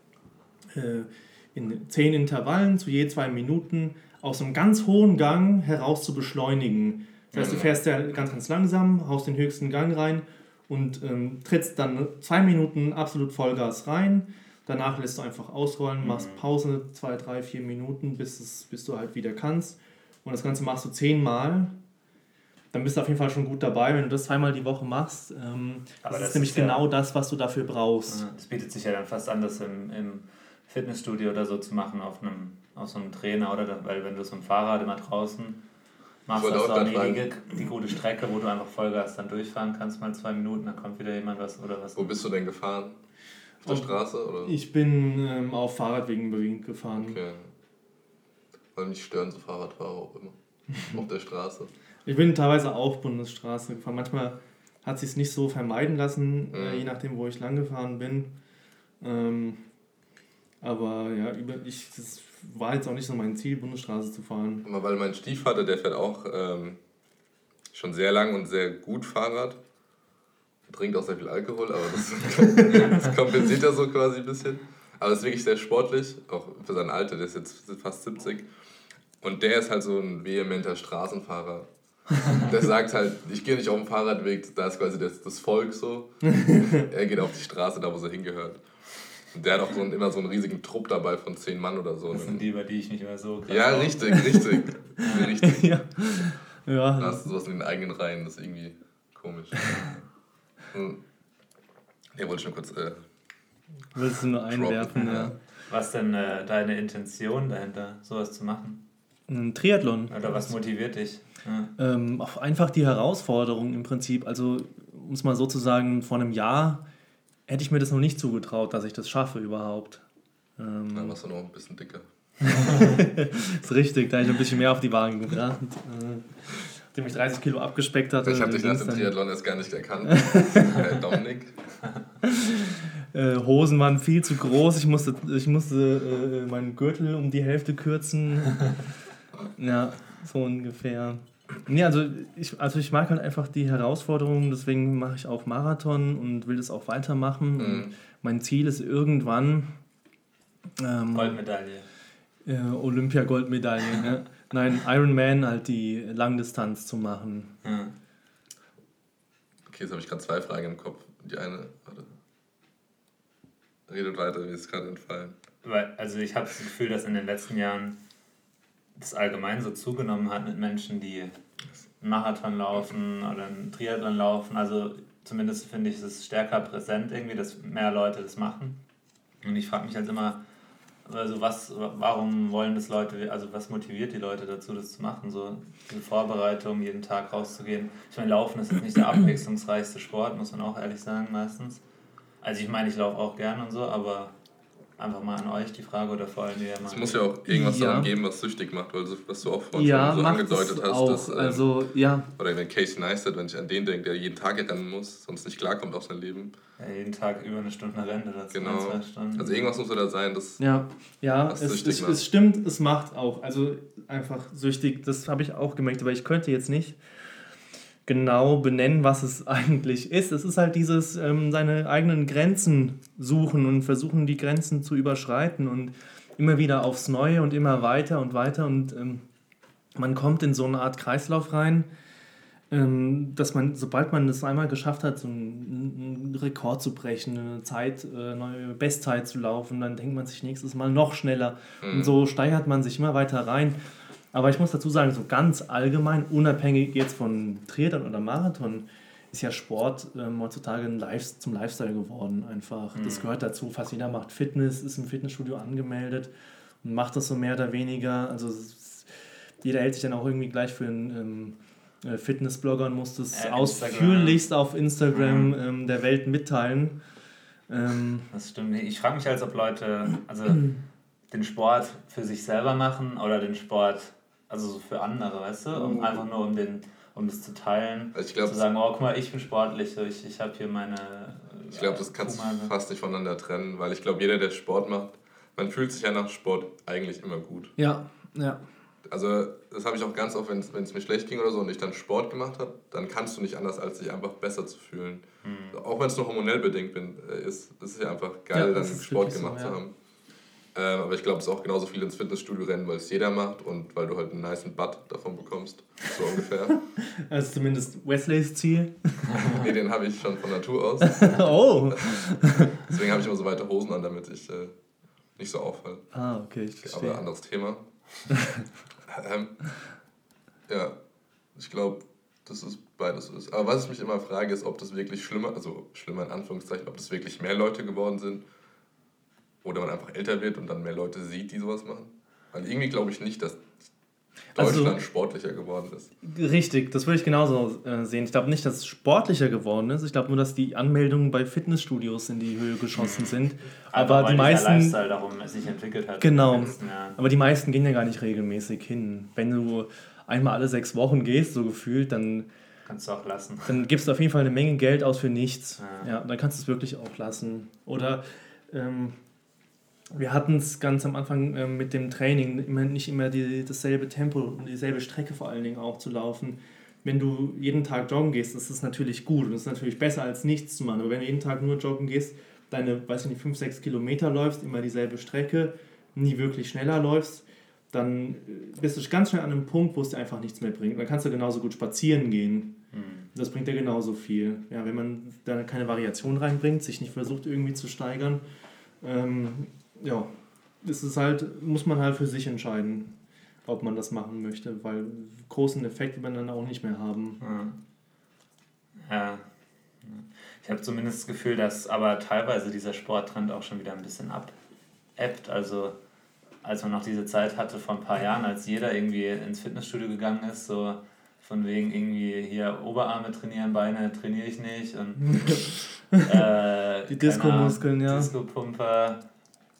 äh, in zehn Intervallen zu je zwei Minuten aus einem ganz hohen Gang heraus zu beschleunigen. Das heißt, du fährst ja ganz, ganz langsam, haust den höchsten Gang rein und ähm, trittst dann zwei Minuten absolut Vollgas rein. Danach lässt du einfach ausrollen, machst Pause, zwei, drei, vier Minuten, bis, es, bis du halt wieder kannst. Und das Ganze machst du zehnmal. Dann bist du auf jeden Fall schon gut dabei, wenn du das zweimal die Woche machst. Ähm, das, das ist nämlich ist genau ja, das, was du dafür brauchst. Das bietet sich ja dann fast an, das im, im Fitnessstudio oder so zu machen, auf, einem, auf so einem Trainer, oder? Weil wenn du so ein Fahrrad immer draußen machst, hast du auch die, die gute Strecke, wo du einfach Vollgas dann durchfahren kannst, mal zwei Minuten, dann kommt wieder jemand was oder was. Wo bist du denn gefahren? Auf der Straße? Oder? Ich bin ähm, auf Fahrradwegen überwiegend gefahren. Okay. Weil mich stören so Fahrradfahrer auch immer. Auf der Straße. Ich bin teilweise auch Bundesstraße gefahren. Manchmal hat es sich nicht so vermeiden lassen, mhm. äh, je nachdem, wo ich lang gefahren bin. Ähm, aber ja, ich, das war jetzt auch nicht so mein Ziel, Bundesstraße zu fahren. Aber weil mein Stiefvater, der fährt auch ähm, schon sehr lang und sehr gut Fahrrad. Er trinkt auch sehr viel Alkohol, aber das, das kompensiert er so quasi ein bisschen. Aber ist wirklich sehr sportlich, auch für sein Alter, der ist jetzt fast siebzig. Und der ist halt so ein vehementer Straßenfahrer. Der sagt halt, ich gehe nicht auf den Fahrradweg, da ist quasi das, das Volk so. Er geht auf die Straße, da wo er hingehört. Und der hat auch so einen, immer so einen riesigen Trupp dabei von zehn Mann oder so. Das sind die, über die ich nicht mehr so krass. Ja, richtig, richtig. richtig. Ja. Ja. Da hast du sowas in den eigenen Reihen, das ist irgendwie komisch. Hm. Hier wollte ich nur kurz... Äh, Willst du nur einwerfen, ja. ja. Was denn äh, deine Intention dahinter, sowas zu machen? Ein Triathlon. Oder was motiviert dich? Ja. Ähm, auch einfach die Herausforderung im Prinzip. Also, um es mal so zu sagen, vor einem Jahr hätte ich mir das noch nicht zugetraut, dass ich das schaffe überhaupt. Ähm, Dann warst du noch ein bisschen dicker. Das ist richtig, da habe ich ein bisschen mehr auf die Waage gebracht. nachdem ich dreißig Kilo abgespeckt hatte. Ich habe dich nach dem Triathlon erst gar nicht erkannt. äh, Dominik. Äh, Hosen waren viel zu groß, ich musste, ich musste äh, meinen Gürtel um die Hälfte kürzen. Ja, so ungefähr. Nee, also ich, also ich mag halt einfach die Herausforderungen, deswegen mache ich auch Marathon und will das auch weitermachen. Mhm. Und mein Ziel ist irgendwann ähm, Goldmedaille. Äh, Olympia-Goldmedaille. Ne? Nein, Ironman halt die Langdistanz zu machen. Ja. Okay, jetzt habe ich gerade zwei Fragen im Kopf. Die eine, warte. Redet weiter, mir ist gerade entfallen. Weil, also ich habe das Gefühl, dass in den letzten Jahren das allgemein so zugenommen hat mit Menschen, die einen Marathon laufen oder einen Triathlon laufen. Also zumindest finde ich es stärker präsent irgendwie, dass mehr Leute das machen. Und ich frage mich halt immer, also was, warum wollen das Leute, also was motiviert die Leute dazu, das zu machen? So diese Vorbereitung, jeden Tag rauszugehen. Ich meine, Laufen ist jetzt nicht der abwechslungsreichste Sport, muss man auch ehrlich sagen, meistens. Also ich meine, ich laufe auch gern und so, aber einfach mal an euch die Frage oder vor allem ihr mal. Es muss ja auch irgendwas ja. daran geben, was süchtig macht, weil was du auch vorhin ja, schon so angedeutet hast. Auch. Dass, ähm, also, ja. Oder wenn Casey Neistat, wenn ich an den denke, der jeden Tag rennen muss, sonst nicht klarkommt auf sein Leben. Ja, jeden Tag über eine Stunde rennt oder zwei, genau. zwei Stunden. Also irgendwas muss da sein, das ja, ja, was es, süchtig es, macht. es stimmt, es macht auch. Also einfach süchtig, das habe ich auch gemerkt, aber ich könnte jetzt nicht genau benennen, was es eigentlich ist. Es ist halt dieses, ähm, seine eigenen Grenzen suchen und versuchen, die Grenzen zu überschreiten und immer wieder aufs Neue und immer weiter und weiter und ähm, man kommt in so eine Art Kreislauf rein, ähm, dass man, sobald man es einmal geschafft hat, so einen, einen Rekord zu brechen, eine Zeit, äh, neue Bestzeit zu laufen, dann denkt man sich nächstes Mal noch schneller mhm. und so steigert man sich immer weiter rein. Aber ich muss dazu sagen, so ganz allgemein, unabhängig jetzt von Triathlon oder Marathon, ist ja Sport ähm, heutzutage ein Live- zum Lifestyle geworden einfach. Mhm. Das gehört dazu, fast jeder macht Fitness, ist im Fitnessstudio angemeldet und macht das so mehr oder weniger. Also ist, jeder hält sich dann auch irgendwie gleich für einen ähm, Fitnessblogger und muss das äh, ausführlichst auf Instagram mhm. ähm, der Welt mitteilen. Ähm, das stimmt. Ich frage mich, als ob Leute also den Sport für sich selber machen oder den Sport also so für andere, weißt du? Um, einfach nur um den um das zu teilen, also ich glaub, zu sagen, oh guck mal, ich bin sportlich, so, ich, ich habe hier meine... Ich glaube, das kannst du fast nicht voneinander trennen, weil ich glaube, jeder, der Sport macht, man fühlt sich ja nach Sport eigentlich immer gut. Ja, ja. Also das habe ich auch ganz oft, wenn es mir schlecht ging oder so und ich dann Sport gemacht habe, dann kannst du nicht anders, als dich einfach besser zu fühlen. Mhm. Auch wenn es nur hormonell bedingt bin, ist es ist ja einfach geil, ja, dann Sport gemacht so, ja. zu haben. Ähm, aber ich glaube, es ist auch genauso viel ins Fitnessstudio rennen, weil es jeder macht und weil du halt einen nicen Butt davon bekommst, so ungefähr. Also zumindest Wesleys Ziel. Nee, den habe ich schon von Natur aus. Oh! Deswegen habe ich immer so weite Hosen an, damit ich äh, nicht so auffalle. Ah, okay, ich verstehe. Aber anderes Thema. ähm, ja, ich glaube, dass es beides so ist. Aber was ich mich immer frage, ist, ob das wirklich schlimmer, also schlimmer in Anführungszeichen, ob das wirklich mehr Leute geworden sind. Oder man einfach älter wird und dann mehr Leute sieht, die sowas machen. Weil irgendwie glaube ich nicht, dass Deutschland also, sportlicher geworden ist. Richtig, das würde ich genauso äh, sehen. Ich glaube nicht, dass es sportlicher geworden ist. Ich glaube nur, dass die Anmeldungen bei Fitnessstudios in die Höhe geschossen sind. Aber, aber die meisten... der Lifestyle darum sich entwickelt hat. Genau, aber die meisten gehen ja gar nicht regelmäßig hin. Wenn du einmal alle sechs Wochen gehst, so gefühlt, dann... Kannst du auch lassen. Dann gibst du auf jeden Fall eine Menge Geld aus für nichts. Ja, ja dann kannst du es wirklich auch lassen. Oder... Ähm, wir hatten es ganz am Anfang äh, mit dem Training, immer, nicht immer die, dasselbe Tempo und dieselbe Strecke vor allen Dingen auch zu laufen. Wenn du jeden Tag joggen gehst, das ist natürlich gut und das ist natürlich besser als nichts zu machen. Aber wenn du jeden Tag nur joggen gehst, deine, weiß ich nicht, fünf, sechs Kilometer läufst, immer dieselbe Strecke, nie wirklich schneller läufst, dann bist du ganz schnell an einem Punkt, wo es dir einfach nichts mehr bringt. Dann kannst du genauso gut spazieren gehen. Mhm. Das bringt dir genauso viel. Ja, wenn man da keine Variation reinbringt, sich nicht versucht irgendwie zu steigern, ähm, ja, das ist halt, muss man halt für sich entscheiden, ob man das machen möchte, weil großen Effekt wird man dann auch nicht mehr haben. Ja. ja. Ich habe zumindest das Gefühl, dass aber teilweise dieser Sporttrend auch schon wieder ein bisschen abebbt. Also als man noch diese Zeit hatte vor ein paar Jahren, als jeder irgendwie ins Fitnessstudio gegangen ist, so von wegen irgendwie hier Oberarme trainieren, Beine trainiere ich nicht und äh, die Disco-Muskeln, ja. Disco-Pumper.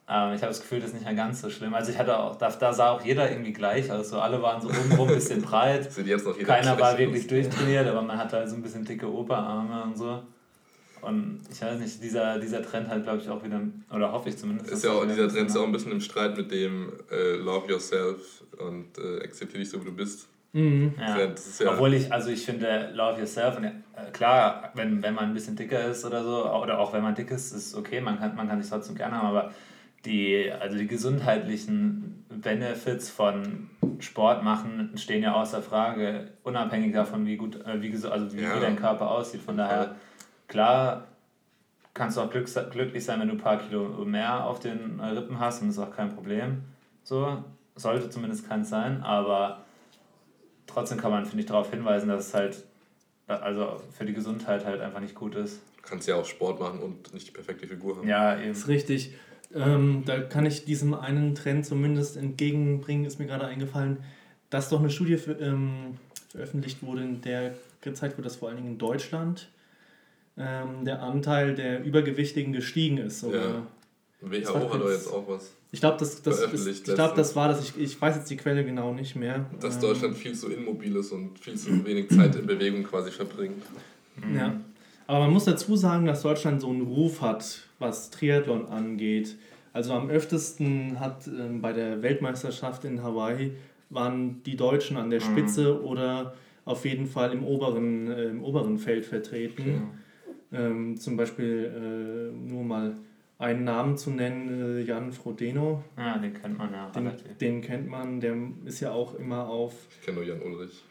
Ähm, ich habe das Gefühl, das ist nicht mehr ganz so schlimm. Also ich hatte auch, da, da sah auch jeder irgendwie gleich aus. So alle waren so obenrum ein bisschen breit. Sind jetzt noch jeder Keiner war schlecht wirklich aus. durchtrainiert, aber man hatte halt so ein bisschen dicke Oberarme und so. Und ich weiß nicht, dieser, dieser Trend hat, glaube ich, auch wieder, oder hoffe ich zumindest. Ist ja auch, dieser Trend ist ja auch ein bisschen im Streit mit dem äh, Love Yourself und äh, akzeptiere dich so, wie du bist. Mhm. Ja. Das ist ja Obwohl ich, also ich finde, Love Yourself, und, äh, klar, wenn, wenn man ein bisschen dicker ist oder so, oder auch wenn man dick ist, ist okay, man kann, man kann sich trotzdem gerne haben, aber die, also die gesundheitlichen Benefits von Sport machen stehen ja außer Frage, unabhängig davon, wie gut, äh, wie, also wie, Ja. wie dein Körper aussieht. Von daher, klar, kannst du auch glück, glücklich sein, wenn du ein paar Kilo mehr auf den Rippen hast, und das ist auch kein Problem. So, sollte zumindest keins sein, aber trotzdem kann man, finde ich, darauf hinweisen, dass es halt, also für die Gesundheit halt einfach nicht gut ist. Du kannst ja auch Sport machen und nicht die perfekte Figur haben. Ja, eben. Das ist richtig. Ähm, da kann ich diesem einen Trend zumindest entgegenbringen, ist mir gerade eingefallen, dass doch eine Studie für, ähm, veröffentlicht wurde, in der gezeigt wird, dass vor allen Dingen in Deutschland ähm, der Anteil der Übergewichtigen gestiegen ist. Sogar. Ja. W H O hat doch jetzt auch was. Ich glaube, das, das, das, veröffentlicht ich glaub, das letztens. war das. Ich, ich weiß jetzt die Quelle genau nicht mehr. Dass Ähm, Deutschland viel zu immobil ist und viel zu wenig Zeit in Bewegung quasi verbringt. Ja. Aber man muss dazu sagen, dass Deutschland so einen Ruf hat, was Triathlon angeht. Also am öftesten hat ähm, bei der Weltmeisterschaft in Hawaii waren die Deutschen an der Spitze mhm. oder auf jeden Fall im oberen, äh, im oberen Feld vertreten. Okay. Ähm, zum Beispiel äh, nur mal einen Namen zu nennen, äh, Jan Frodeno. Ja, den kennt man ja. Den, den kennt man, der ist ja auch immer auf... Ich kenne nur Jan Ulrich.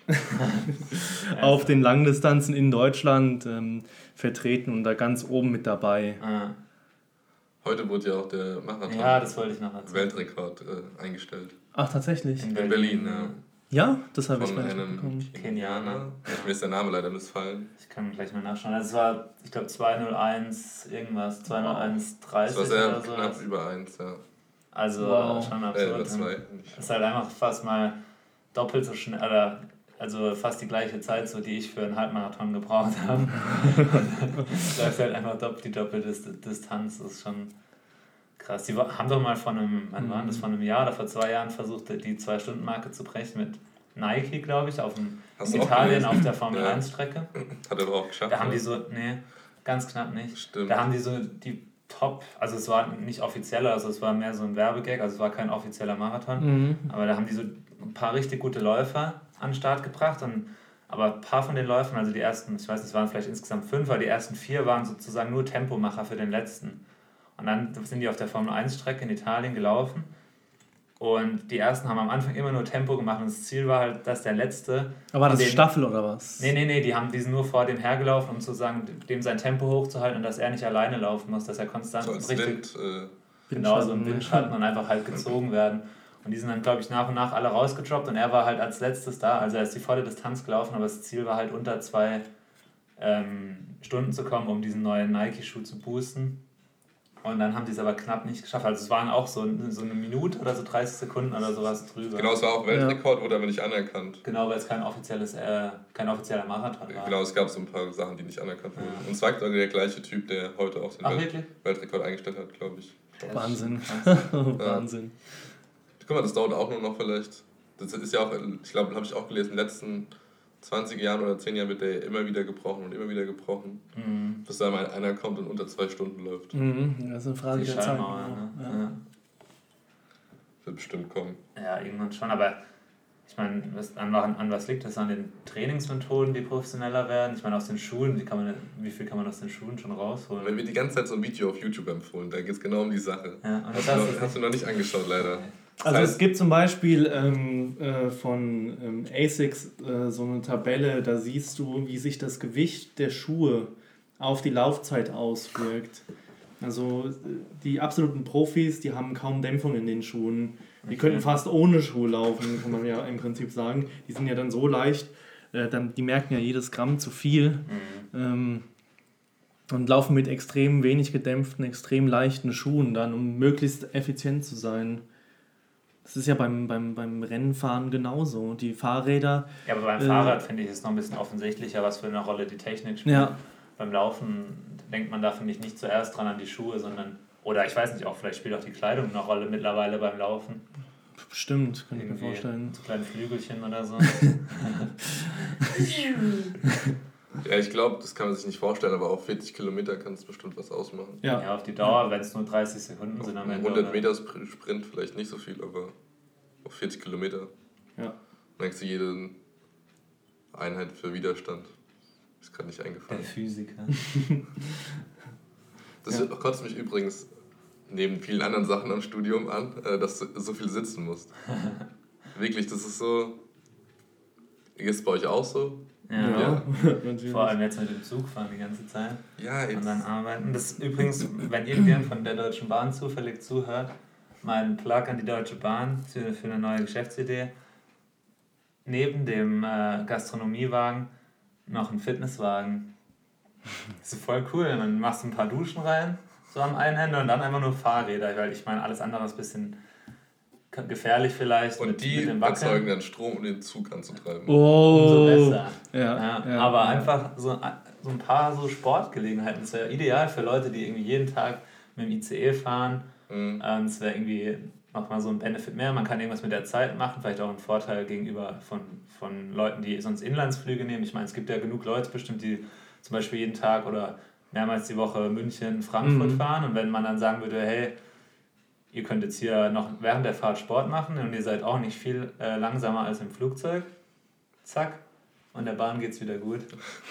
auf den Langdistanzen in Deutschland ähm, vertreten und da ganz oben mit dabei. Ah. Heute wurde ja auch der Marathon, ja, das wollte ich noch erzählen. Weltrekord äh, eingestellt. Ach, tatsächlich? In Berlin, Berlin ja. Ja, das habe ich von nicht einem bekommen. Kenianer. Mir ist der Name leider missfallen. Ich kann gleich mal nachschauen. Also es war, ich glaube, zwei null eins irgendwas, zwei null eins dreißig oder so. Es war sehr oder so. knapp über eins, ja. Also wow. schon absurd. Äh, zwei. Das ist halt einfach fast mal doppelt so schnell, oder also fast die gleiche Zeit, so die ich für einen Halbmarathon gebraucht habe. Das ist halt einfach doppelt die doppelte Distanz. Das ist schon krass. Die haben doch mal von einem, wann war das, von einem Jahr oder vor zwei Jahren versucht, die zwei-Stunden-Marke zu brechen mit Nike, glaube ich, auf dem, in Italien auf der Formel eins Strecke. Hat er aber auch geschafft. Da haben die so, nee, ganz knapp nicht. Stimmt. Da haben die so die Top, also es war nicht offizieller, also es war mehr so ein Werbegag, also es war kein offizieller Marathon, mhm. aber da haben die so ein paar richtig gute Läufer an den Start gebracht, und aber ein paar von den Läufern, also die ersten, ich weiß nicht, es waren vielleicht insgesamt fünf, aber die ersten vier waren sozusagen nur Tempomacher für den letzten. Und dann sind die auf der Formel eins Strecke in Italien gelaufen, und die ersten haben am Anfang immer nur Tempo gemacht, und das Ziel war halt, dass der letzte... Aber war das den, Staffel oder was? Nee, nee, nee, die, haben, die sind nur vor dem hergelaufen, um sozusagen dem sein Tempo hochzuhalten und dass er nicht alleine laufen muss, dass er konstant so als richtig... Wind, äh, genau, so ein Windschatten und einfach halt gezogen werden. Und die sind dann, glaube ich, nach und nach alle rausgedroppt, und er war halt als letztes da, also er ist die volle Distanz gelaufen, aber das Ziel war halt unter zwei ähm, Stunden zu kommen, um diesen neuen Nike-Schuh zu boosten. Und dann haben die es aber knapp nicht geschafft. Also es waren auch so, so eine Minute oder so dreißig Sekunden oder sowas drüber. Genau, es war auch Weltrekord, ja. Wurde aber nicht anerkannt. Genau, weil es kein, offizielles, äh, kein offizieller Marathon war. Genau, es gab so ein paar Sachen, die nicht anerkannt wurden. Ja. Und es war der gleiche Typ, der heute auch den Ach, Welt- Weltrekord eingestellt hat, glaube ich. Glaub Wahnsinn. Ja. Wahnsinn. Guck mal, das dauert auch nur noch vielleicht. Das ist ja auch, ich glaube, habe ich auch gelesen, in den letzten zwanzig Jahren oder zehn Jahren wird der immer wieder gebrochen und immer wieder gebrochen. Mhm. Bis da mal einer kommt und unter zwei Stunden läuft. Mhm. Das ist eine Frage der Zeit. Ne? Ja. Ja. Wird bestimmt kommen. Ja, irgendwann schon, aber ich meine, an, an was liegt das? An den Trainingsmethoden, die professioneller werden? Ich meine, aus den Schulen, wie, kann man, wie viel kann man aus den Schulen schon rausholen? Wenn wir die ganze Zeit so ein Video auf YouTube empfohlen, da geht es genau um die Sache. Ja, hast, du noch, hast du noch nicht angeschaut, leider. Das also heißt, es gibt zum Beispiel ähm, äh, von ähm, Asics äh, so eine Tabelle, da siehst du, wie sich das Gewicht der Schuhe auf die Laufzeit auswirkt. Also die absoluten Profis, die haben kaum Dämpfung in den Schuhen. Die könnten fast ohne Schuhe laufen, kann man ja im Prinzip sagen. Die sind ja dann so leicht, äh, dann, die merken ja jedes Gramm zu viel. Mhm. Ähm, und laufen mit extrem wenig gedämpften, extrem leichten Schuhen dann, um möglichst effizient zu sein. Das ist ja beim, beim, beim Rennenfahren genauso. Die Fahrräder... Ja, aber beim äh, Fahrrad finde ich es noch ein bisschen offensichtlicher, was für eine Rolle die Technik spielt. Ja. Beim Laufen denkt man da, finde ich, nicht zuerst dran an die Schuhe, sondern... Oder ich weiß nicht, auch vielleicht spielt auch die Kleidung eine Rolle mittlerweile beim Laufen. Bestimmt, kann Irgendwie ich mir vorstellen. So kleine Flügelchen oder so. Ja, ich glaube, das kann man sich nicht vorstellen, aber auf vierzig Kilometer kann es bestimmt was ausmachen. Ja, Ja, auf die Dauer, wenn es nur dreißig Sekunden sind am Ende. hundert Meter Sprint vielleicht nicht so viel, aber auf vierzig Kilometer ja. merkst du jede Einheit für Widerstand. Ist gerade nicht Der eingefallen. Physiker. Das Ja. kotzt mich übrigens neben vielen anderen Sachen am Studium an, äh, dass du so viel sitzen musst. Wirklich, das ist so... Ist es bei euch auch so? Ja. Ja, natürlich. Vor allem jetzt mit dem Zug fahren die ganze Zeit. Ja, Und jetzt. dann arbeiten. Das ist übrigens, wenn irgendjemand von der Deutschen Bahn zufällig zuhört, mein Plug an die Deutsche Bahn für, für eine neue Geschäftsidee. Neben dem äh, Gastronomiewagen noch ein Fitnesswagen. Das ist voll cool. Man macht ein paar Duschen rein, so am einen Ende, und dann einfach nur Fahrräder, weil ich meine, alles andere ist ein bisschen gefährlich vielleicht. Und mit, die mit dem Wackeln. erzeugen dann Strom, um den Zug anzutreiben. Oh, Umso besser. Ja, Ja, ja, aber ja. einfach so, so ein paar so Sportgelegenheiten. Das wäre ideal für Leute, die irgendwie jeden Tag mit dem I C E fahren. Mhm. Ähm, Das wäre irgendwie nochmal so ein Benefit mehr. Man kann irgendwas mit der Zeit machen, vielleicht auch ein Vorteil gegenüber von, von Leuten, die sonst Inlandsflüge nehmen. Ich meine, es gibt ja genug Leute bestimmt, die zum Beispiel jeden Tag oder mehrmals die Woche München, Frankfurt Mhm. fahren. Und wenn man dann sagen würde, hey, ihr könnt jetzt hier noch während der Fahrt Sport machen und ihr seid auch nicht viel äh, langsamer als im Flugzeug, zack, und der Bahn geht's wieder gut.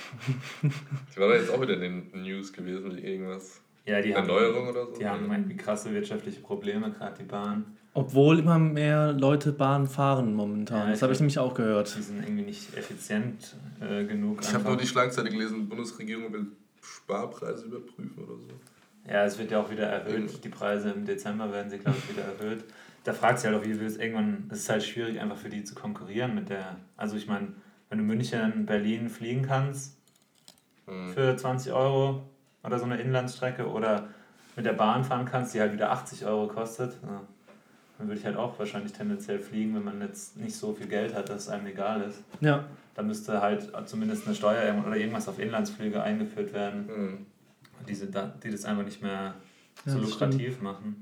Ich war da jetzt auch wieder in den News gewesen mit irgendwas. Ja, die haben, Erneuerung oder so? die haben irgendwie krasse wirtschaftliche Probleme, gerade die Bahn. Obwohl immer mehr Leute Bahn fahren momentan. Ja, das ich habe ich glaub- nämlich auch gehört. Die sind irgendwie nicht effizient äh, genug. Ich habe einfach. nur die Schlagzeile gelesen, die Bundesregierung will Sparpreise überprüfen oder so. Ja, es wird ja auch wieder erhöht. Die Preise im Dezember werden sie, glaube ich, wieder erhöht. Da fragt sich halt auch, wie will es irgendwann. Es ist halt schwierig, einfach für die zu konkurrieren mit der. Also, ich meine, wenn du München, Berlin fliegen kannst Hm. für zwanzig Euro oder so eine Inlandsstrecke oder mit der Bahn fahren kannst, die halt wieder achtzig Euro kostet, ja, dann würde ich halt auch wahrscheinlich tendenziell fliegen, wenn man jetzt nicht so viel Geld hat, dass es einem egal ist. Ja, Da müsste halt zumindest eine Steuer oder irgendwas auf Inlandsflüge eingeführt werden. Hm. Diese, die das einfach nicht mehr Ja, so das lukrativ machen.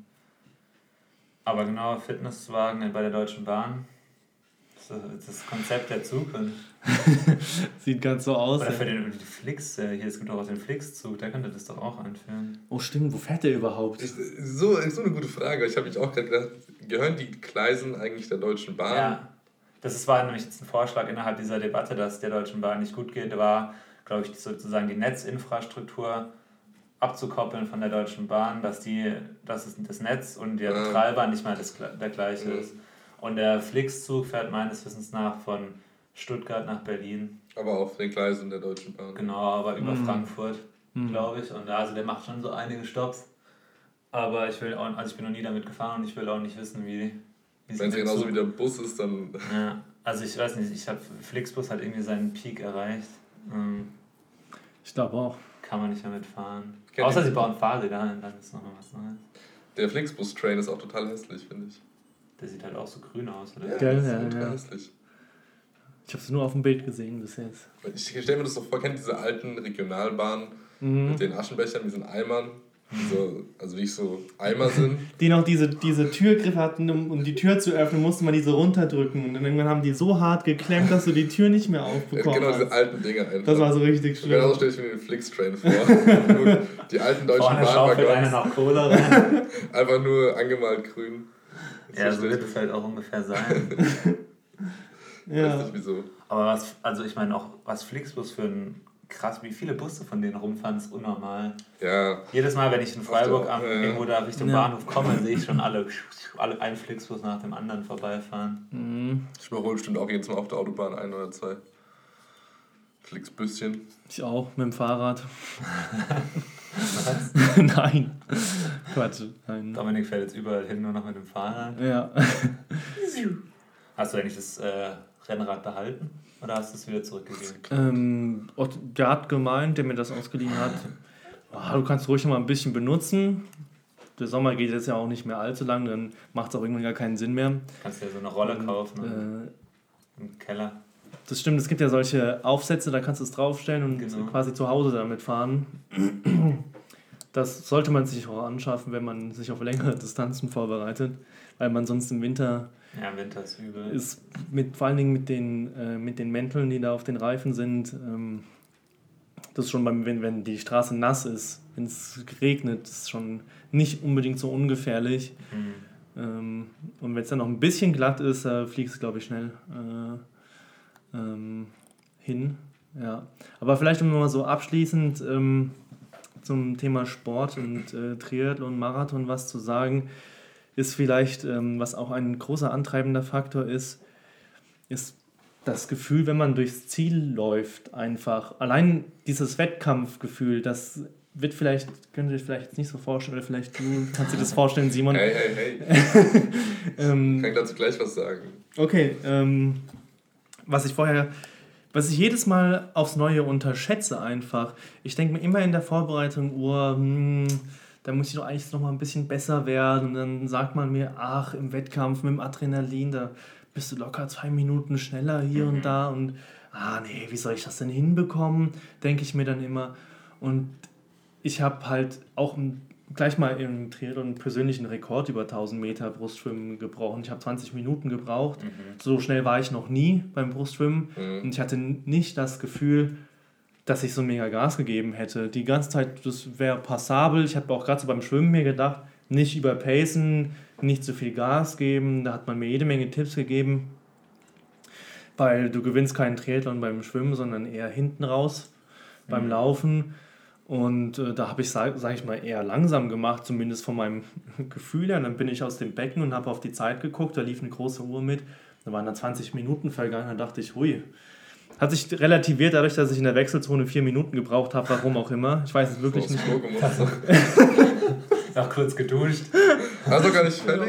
Aber genau, Fitnesswagen bei der Deutschen Bahn, das ist das Konzept der Zukunft. sieht ganz so aus. Oder Ja. für den die Flix, äh, hier, es gibt auch den Flix-Zug, der könnte das doch auch einführen. Oh stimmt, wo fährt der überhaupt? Ich, so, so eine gute Frage. Ich habe mich auch gerade gedacht, gehören die Gleisen eigentlich der Deutschen Bahn? Ja, das ist, war nämlich jetzt ein Vorschlag innerhalb dieser Debatte, dass der Deutschen Bahn nicht gut geht, war, glaube ich, sozusagen die Netzinfrastruktur abzukoppeln von der Deutschen Bahn, dass, die, dass es das Netz und der Ja. Betreiber nicht mehr das, der gleiche Ja. ist. Und der Flixzug fährt meines Wissens nach von Stuttgart nach Berlin, Aber auf den Gleisen der Deutschen Bahn. genau, aber über Mhm. Frankfurt, Mhm. glaube ich. Und also der macht schon so einige Stops. Aber ich will auch, also ich bin noch nie damit gefahren und ich will auch nicht wissen, wie, wie sich Wenn es der genauso Zug- wie der Bus ist, dann... Ja, also ich weiß nicht, ich habe Flixbus hat irgendwie seinen Peak erreicht. Ähm, Ich glaube auch. kann man nicht damit fahren. Kennt Außer ihr- sie bauen Fahrräder ein, dann ist nochmal was Neues. Der Flixbus-Train ist auch total hässlich, finde ich. Der sieht halt auch so grün aus, oder? Ja, Geil, das ist ja, total ja. hässlich. Ich habe es nur auf dem Bild gesehen bis jetzt. Ich stelle mir das so vor, kennt diese alten Regionalbahnen Mhm. mit den Aschenbechern, diesen Eimern, die so, also wie ich so Eimer sind. Die noch diese, diese Türgriffe hatten, um, um die Tür zu öffnen, musste man die so runterdrücken. Und dann irgendwann haben die so hart geklemmt, dass du die Tür nicht mehr Ja, aufbekommen genau, diese hast. alten Dinger einfach. Das war so richtig Und genauso schlimm. stelle ich mir den Flix-Train vor. Nur die alten deutschen Vorne schaufelt einer Bahnwaggons, noch Cola rein. einfach nur angemalt grün. Ja, so stell ich wird es halt auch ungefähr sein. mir- weiß Ja. nicht wieso. Aber was, also ich meine auch, was Flixbus für ein krass, wie viele Busse von denen rumfahren, ist unnormal. Ja, Jedes Mal, wenn ich in Freiburg am, Ja, ja. irgendwo da Richtung Ja. Bahnhof komme, sehe ich schon alle, alle einen Flixbus nach dem anderen vorbeifahren. Mhm. ich überhole bestimmt auch jedes Mal auf der Autobahn ein oder zwei Flixbüsschen. Ich auch, mit dem Fahrrad. Was? Nein. Quatsch. Nein. Dominik fährt jetzt überall hin, nur noch mit dem Fahrrad. Ja. Hast du eigentlich das äh, Rennrad behalten oder hast du es wieder zurückgegeben? Ähm, Ott- der hat gemeint, der mir das ausgeliehen hat, ah, du kannst ruhig noch mal ein bisschen benutzen. Der Sommer geht jetzt ja auch nicht mehr allzu lang, dann macht es auch irgendwann gar keinen Sinn mehr. Kannst dir so eine Rolle kaufen Äh, im Keller. das stimmt, es gibt ja solche Aufsätze, da kannst du es draufstellen und Genau. quasi zu Hause damit fahren. Das sollte man sich auch anschaffen, wenn man sich auf längere Distanzen vorbereitet, weil man sonst im Winter... Ja, im Winter ist übel. Ist mit, vor allen Dingen mit den, äh, mit den Mänteln, die da auf den Reifen sind, ähm, das ist schon, beim, wenn, wenn die Straße nass ist, wenn es regnet, ist schon nicht unbedingt so ungefährlich. Mhm. Ähm, und wenn es dann noch ein bisschen glatt ist, äh, fliegt es, glaube ich, schnell äh, ähm, hin. Ja. Aber vielleicht um mal so abschließend ähm, zum Thema Sport und äh, Triathlon, Marathon was zu sagen, ist vielleicht, ähm, was auch ein großer antreibender Faktor ist, ist das Gefühl, wenn man durchs Ziel läuft, einfach. Allein dieses Wettkampfgefühl, das wird vielleicht, könnt ihr euch vielleicht jetzt nicht so vorstellen, oder vielleicht du kannst dir das vorstellen, Simon. Hey, hey, hey. ähm, ich kann dazu gleich was sagen. Okay, ähm, was ich vorher, was ich jedes Mal aufs Neue unterschätze einfach, ich denke mir immer in der Vorbereitung, oh, hm, da muss ich doch eigentlich noch mal ein bisschen besser werden. Und dann sagt man mir, ach, im Wettkampf mit dem Adrenalin, da bist du locker zwei Minuten schneller hier mhm. und da. Und, ah nee, wie soll ich das denn hinbekommen? Denke ich mir dann immer. Und ich habe halt auch gleich mal im Triathlon einen persönlichen Rekord über tausend Meter Brustschwimmen gebrochen. Ich habe zwanzig Minuten gebraucht. Mhm. So schnell war ich noch nie beim Brustschwimmen. Mhm. Und ich hatte nicht das Gefühl, dass ich so mega Gas gegeben hätte. Die ganze Zeit, das wäre passabel. Ich habe auch gerade so beim Schwimmen mir gedacht, nicht überpacen, nicht zu viel Gas geben. Da hat man mir jede Menge Tipps gegeben, weil du gewinnst keinen Triathlon beim Schwimmen, sondern eher hinten raus mhm. beim Laufen. Und äh, da habe ich, sage sag ich mal, eher langsam gemacht, zumindest von meinem Gefühl her. Und dann bin ich aus dem Becken und habe auf die Zeit geguckt, da lief eine große Uhr mit. Da waren dann zwanzig Minuten vergangen, dann dachte ich, hui. Hat sich relativiert dadurch, dass ich in der Wechselzone vier Minuten gebraucht habe, warum auch immer. Ich weiß es wirklich nicht. Noch kurz geduscht. Also gar nicht fertig?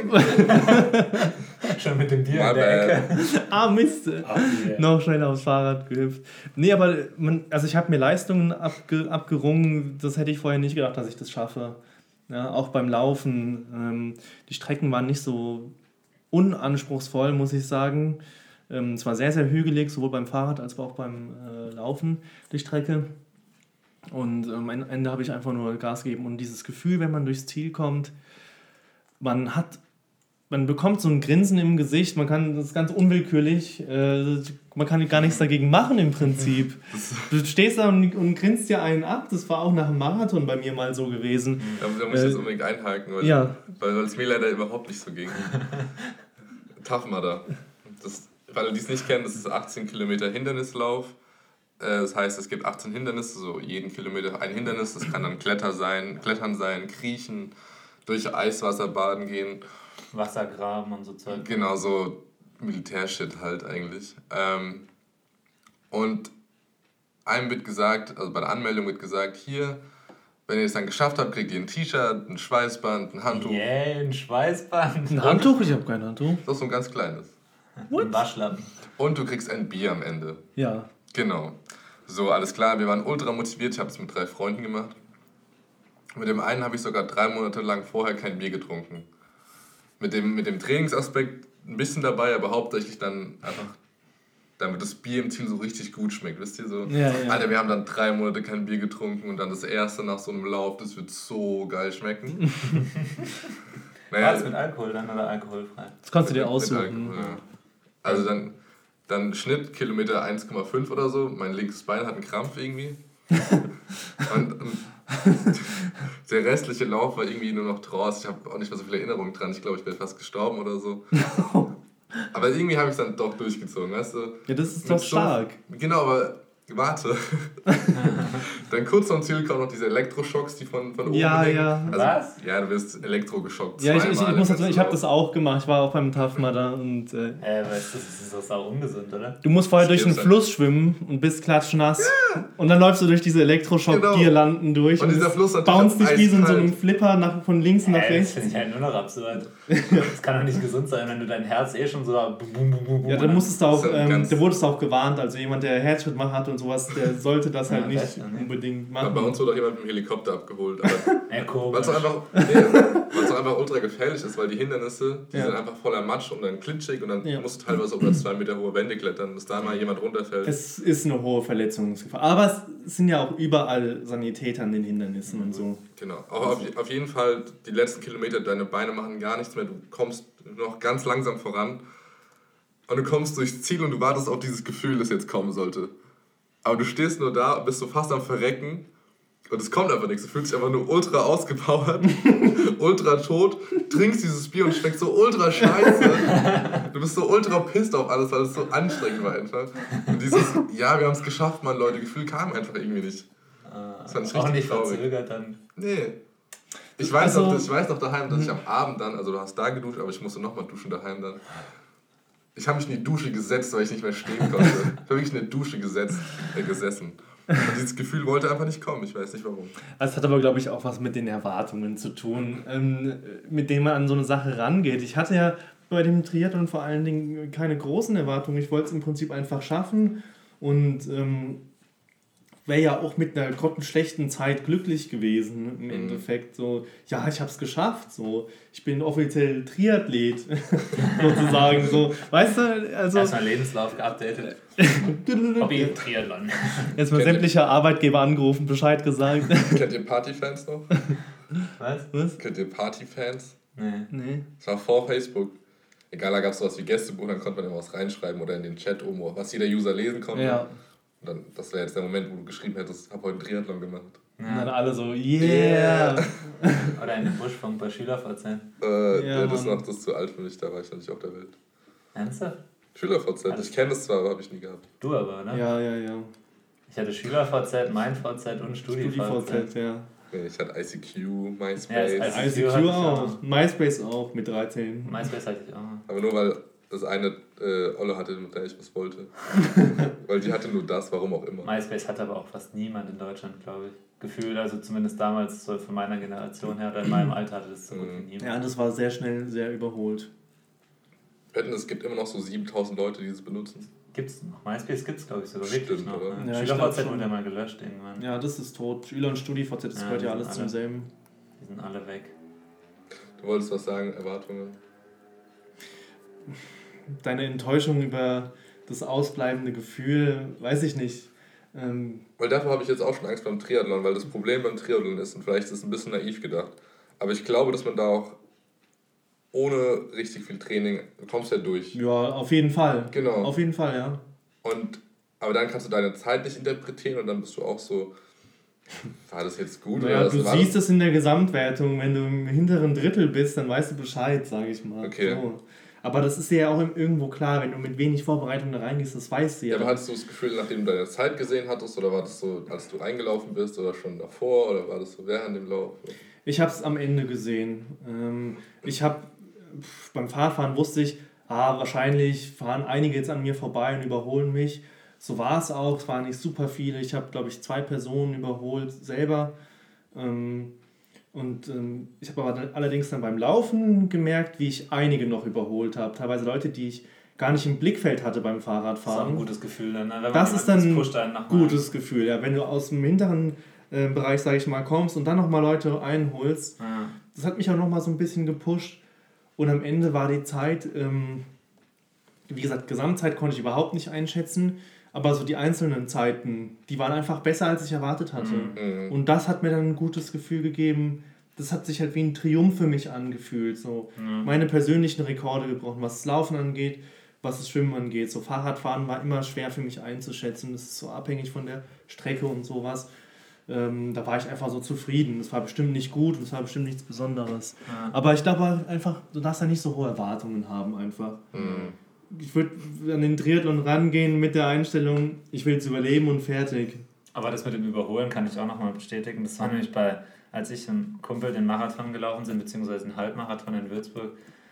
Schon mit dem Bier in der Ecke. Ah, Mist. Oh, yeah. Noch schneller aufs Fahrrad gehüpft. Nee, aber man, also ich habe mir Leistungen abge, abgerungen, das hätte ich vorher nicht gedacht, dass ich das schaffe. Ja, auch beim Laufen. Ähm, die Strecken waren nicht so unanspruchsvoll, muss ich sagen. Ähm, es war sehr, sehr hügelig, sowohl beim Fahrrad als auch beim äh, Laufen, die Strecke. Und am Ende habe ich einfach nur Gas gegeben. Und dieses Gefühl, wenn man durchs Ziel kommt, man hat, man bekommt so ein Grinsen im Gesicht, man kann, das ist ganz unwillkürlich, äh, man kann gar nichts dagegen machen im Prinzip. Du stehst da und, und grinst dir einen ab, das war auch nach dem Marathon bei mir mal so gewesen. Da, da muss ich äh, jetzt unbedingt einhaken, weil, ja. weil es mir leider überhaupt nicht so ging. Tough Mudder. Das, für alle, die es nicht kennen, das ist achtzehn Kilometer Hindernislauf. Das heißt, es gibt achtzehn Hindernisse, so jeden Kilometer ein Hindernis. Das kann dann Kletter sein, Klettern sein, Kriechen, durch Eiswasser baden gehen. Wassergraben und so Zeug. Genau, so Militärshit halt eigentlich. Ähm, und einem wird gesagt, also bei der Anmeldung wird gesagt, hier, wenn ihr es dann geschafft habt, kriegt ihr ein T-Shirt, ein Schweißband, ein Handtuch. Yeah, ein Schweißband. Ein Handtuch? Ich habe kein Handtuch. Das ist so ein ganz kleines. Ein Waschlappen. Und du kriegst ein Bier am Ende. Ja. Genau. So, alles klar, wir waren ultra motiviert, ich habe es mit drei Freunden gemacht. Mit dem einen habe ich sogar drei Monate lang vorher kein Bier getrunken. Mit dem, mit dem Trainingsaspekt ein bisschen dabei, aber hauptsächlich dann einfach, damit das Bier im Ziel so richtig gut schmeckt, wisst ihr so? Ja, ja. Alter, wir haben dann drei Monate kein Bier getrunken und dann das erste nach so einem Lauf, das wird so geil schmecken. Naja, war das mit Alkohol dann oder alkoholfrei? Das kannst du dir aussuchen. Alkohol, ja. Also dann... Dann Schnitt, Kilometer eins Komma fünf oder so. Mein linkes Bein hat einen Krampf irgendwie. und, und der restliche Lauf war irgendwie nur noch Trance. Ich habe auch nicht mehr so viele Erinnerungen dran. Ich glaube, ich wäre fast gestorben oder so. Aber irgendwie habe ich es dann doch durchgezogen, weißt du? Ja, das ist doch stark. So, genau, aber warte. Dann kurz vom Ziel kommen noch diese Elektroschocks, die von, von oben ja, hängen. Ja, also, was? Ja, du wirst elektrogeschockt. Ja, ich, ich, ich, muss dazu, ich habe das auch gemacht. Ich war auch beim Tough Mudder und... Äh, äh, weißt du, das ist doch sau ungesund, oder? Du musst vorher das durch den Fluss schwimmen und bist klatschnass. Ja. Und dann läufst du durch diese Elektroschock-Girlanden genau. durch. Und, und dieser Fluss hat bounce dich wie so ein Flipper nach, von links nach äh, rechts. Das finde ich halt nur noch absurd. Das kann doch nicht gesund sein, wenn du dein Herz eh schon so... Bum, bum, bum, bum, ja, dann musstest du auch... Ähm, da wurdest du auch gewarnt. Also jemand, der Herzschritt macht hat und sowas, der sollte das halt ja, nicht besser, ne? unbedingt machen. Aber bei uns wurde auch jemand mit dem Helikopter abgeholt. Echo. Weil es einfach, nee, einfach ultra gefährlich ist, weil die Hindernisse, die ja. sind einfach voller Matsch und dann klitschig und dann ja. musst du teilweise über zwei Meter hohe Wände klettern, bis da mal jemand runterfällt. Es ist eine hohe Verletzungsgefahr. Aber es sind ja auch überall Sanitäter an den Hindernissen und so. Genau. Auch auf, auf jeden Fall, die letzten Kilometer, deine Beine machen gar nichts mehr. Du kommst noch ganz langsam voran. Und du kommst durchs Ziel und du wartest auf dieses Gefühl, das jetzt kommen sollte. Aber du stehst nur da, bist so fast am Verrecken und es kommt einfach nichts. Du fühlst dich einfach nur ultra ausgepowert, ultra tot, trinkst dieses Bier und schmeckt so ultra scheiße. Du bist so ultra pissed auf alles, weil es so anstrengend war einfach. Und dieses, ja, wir haben es geschafft, Mann, Leute, Gefühl kam einfach irgendwie nicht. Das fand ich auch nicht verzögert dann. Nee. Ich weiß, also, noch, ich weiß noch daheim, dass ich am Abend dann, also du hast da geduscht, aber ich musste nochmal duschen daheim dann. Ich habe mich in die Dusche gesetzt, weil ich nicht mehr stehen konnte. Ich habe wirklich in der Dusche gesetzt, äh, gesessen. Und dieses Gefühl wollte einfach nicht kommen. Ich weiß nicht warum. Das hat aber, glaube ich, auch was mit den Erwartungen zu tun, ähm, mit denen man an so eine Sache rangeht. Ich hatte ja bei dem Triathlon vor allen Dingen keine großen Erwartungen. Ich wollte es im Prinzip einfach schaffen und ähm, wäre ja auch mit einer grottenschlechten Zeit glücklich gewesen im mhm. Endeffekt. So, ja, ich habe es geschafft. So, ich bin offiziell Triathlet sozusagen. So, weißt du, also erstmal Lebenslauf geupdatet. Hobby Triathlon. Erstmal sämtliche Arbeitgeber angerufen, Bescheid gesagt. Kennt ihr Partyfans noch? Was? Was? Kennt ihr Partyfans? Nee. Nee. Das war vor Facebook. Egal, da gab es sowas wie Gästebuch, dann konnte man immer was reinschreiben oder in den Chat oben, was jeder User lesen konnte. Ja. Und dann, das wäre jetzt der Moment, wo du geschrieben hättest, hab heute einen Triathlon gemacht. Ja. Und dann alle so, yeah! Oder in den Buschfunk bei SchülerVZ. Äh, ja, das ist noch das ist zu alt für mich, da war ich noch nicht auf der Welt. Ernsthaft? SchülerVZ, ich kenne es zwar, aber habe ich nie gehabt. Du aber, ne? Ja, ja, ja. Ich hatte SchülerVZ, MeinVZ und StudiVZ. StudiVZ, ja. Nee, ich hatte I C Q, MySpace. Ja, I C Q auch. MySpace auch mit dreizehn. MySpace hatte ich auch. Aber nur weil das eine äh, Olle hatte, mit der ich was wollte. Weil die hatte nur das, warum auch immer. MySpace hatte aber auch fast niemand in Deutschland, glaube ich. Gefühlt, also zumindest damals so von meiner Generation her oder in meinem Alter hatte das so gut wie niemand. Ja, das war sehr schnell sehr überholt. Wetten, es gibt immer noch so siebentausend Leute, die das benutzen. Gibt's noch? MySpace gibt's, glaube ich, sogar Stimmt, wirklich noch. oder? Ne? Ja, SchülerVZ wurde ja mal gelöscht irgendwann. Ja, das ist tot. Schüler und StudiVZ, das Ja, gehört ja die alles sind zum alle- selben. Die sind alle weg. Du wolltest was sagen, Erwartungen? Deine Enttäuschung über das ausbleibende Gefühl, weiß ich nicht. Ähm, Weil dafür habe ich jetzt auch schon Angst beim Triathlon, weil das Problem beim Triathlon ist, und vielleicht ist es ein bisschen naiv gedacht, aber ich glaube, dass man da auch ohne richtig viel Training, du kommst ja durch. ja, auf jeden Fall. Genau. Auf jeden Fall, ja. Und, aber dann kannst du deine Zeit nicht interpretieren und dann bist du auch so, war das jetzt gut? Naja, oder das du war siehst es in der Gesamtwertung, wenn du im hinteren Drittel bist, dann weißt du Bescheid, sage ich mal. Okay. So. Aber das ist dir ja auch irgendwo klar, wenn du mit wenig Vorbereitung da reingehst, das weißt du ja. Ja, aber hattest du das Gefühl, nachdem du deine Zeit gesehen hattest, oder war das so, als du reingelaufen bist, oder schon davor, oder war das so während dem Lauf? Ich habe es am Ende gesehen. Ähm, ich habe beim Fahrradfahren wusste ich, ah, wahrscheinlich fahren einige jetzt an mir vorbei und überholen mich. So war es auch, es waren nicht super viele. Ich habe, glaube ich, zwei Personen überholt selber. Ähm, und ähm, ich habe aber dann allerdings dann beim Laufen gemerkt, wie ich einige noch überholt habe. Teilweise Leute, die ich gar nicht im Blickfeld hatte beim Fahrradfahren. Das ist auch ein gutes Gefühl dann, ne? Wenn man das ist dann pusht einen ein noch mal. gutes Gefühl, ja, wenn du aus dem hinteren äh, Bereich, sage ich mal, kommst und dann nochmal Leute einholst. Ja. Das hat mich auch nochmal so ein bisschen gepusht. Und am Ende war die Zeit, ähm, wie gesagt, Gesamtzeit konnte ich überhaupt nicht einschätzen, aber so die einzelnen Zeiten, die waren einfach besser, als ich erwartet hatte. Mhm. Und das hat mir dann ein gutes Gefühl gegeben. Das hat sich halt wie ein Triumph für mich angefühlt. So Mhm. meine persönlichen Rekorde gebrochen, was das Laufen angeht, was das Schwimmen angeht. So Fahrradfahren war immer schwer für mich einzuschätzen. Das ist so abhängig von der Strecke und sowas. Ähm, da war ich einfach so zufrieden. Das war bestimmt nicht gut und das war bestimmt nichts Besonderes. Ja. Aber ich glaube einfach, du darfst da nicht so hohe Erwartungen haben einfach. Mhm. Ich würde an den Triathlon rangehen mit der Einstellung, ich will es überleben und fertig. Aber das mit dem Überholen kann ich auch nochmal bestätigen. Das war nämlich bei, als ich und Kumpel den Marathon gelaufen sind, beziehungsweise den Halbmarathon in Würzburg,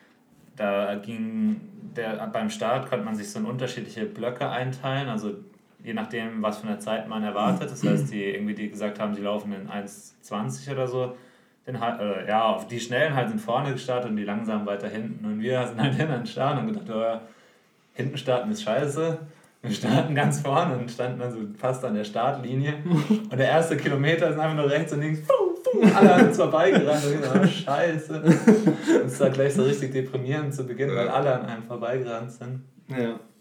da ging der, beim Start konnte man sich so in unterschiedliche Blöcke einteilen, also je nachdem, was für eine Zeit man erwartet. Das heißt, die irgendwie die gesagt haben, die laufen in eins zwanzig oder so. Den, äh, ja, auf die Schnellen halt sind vorne gestartet und die langsamen weiter hinten. Und wir sind halt hinten an den Start und gedacht, oh, hinten starten ist scheiße. Wir starten ganz vorne und standen dann so fast an der Startlinie. Und der erste Kilometer ist einfach nur rechts und links. Alle an uns vorbeigerannt. Und ich dachte, oh, scheiße. Und es war gleich so richtig deprimierend zu Beginn, weil alle an einem vorbeigerannt sind. Ja.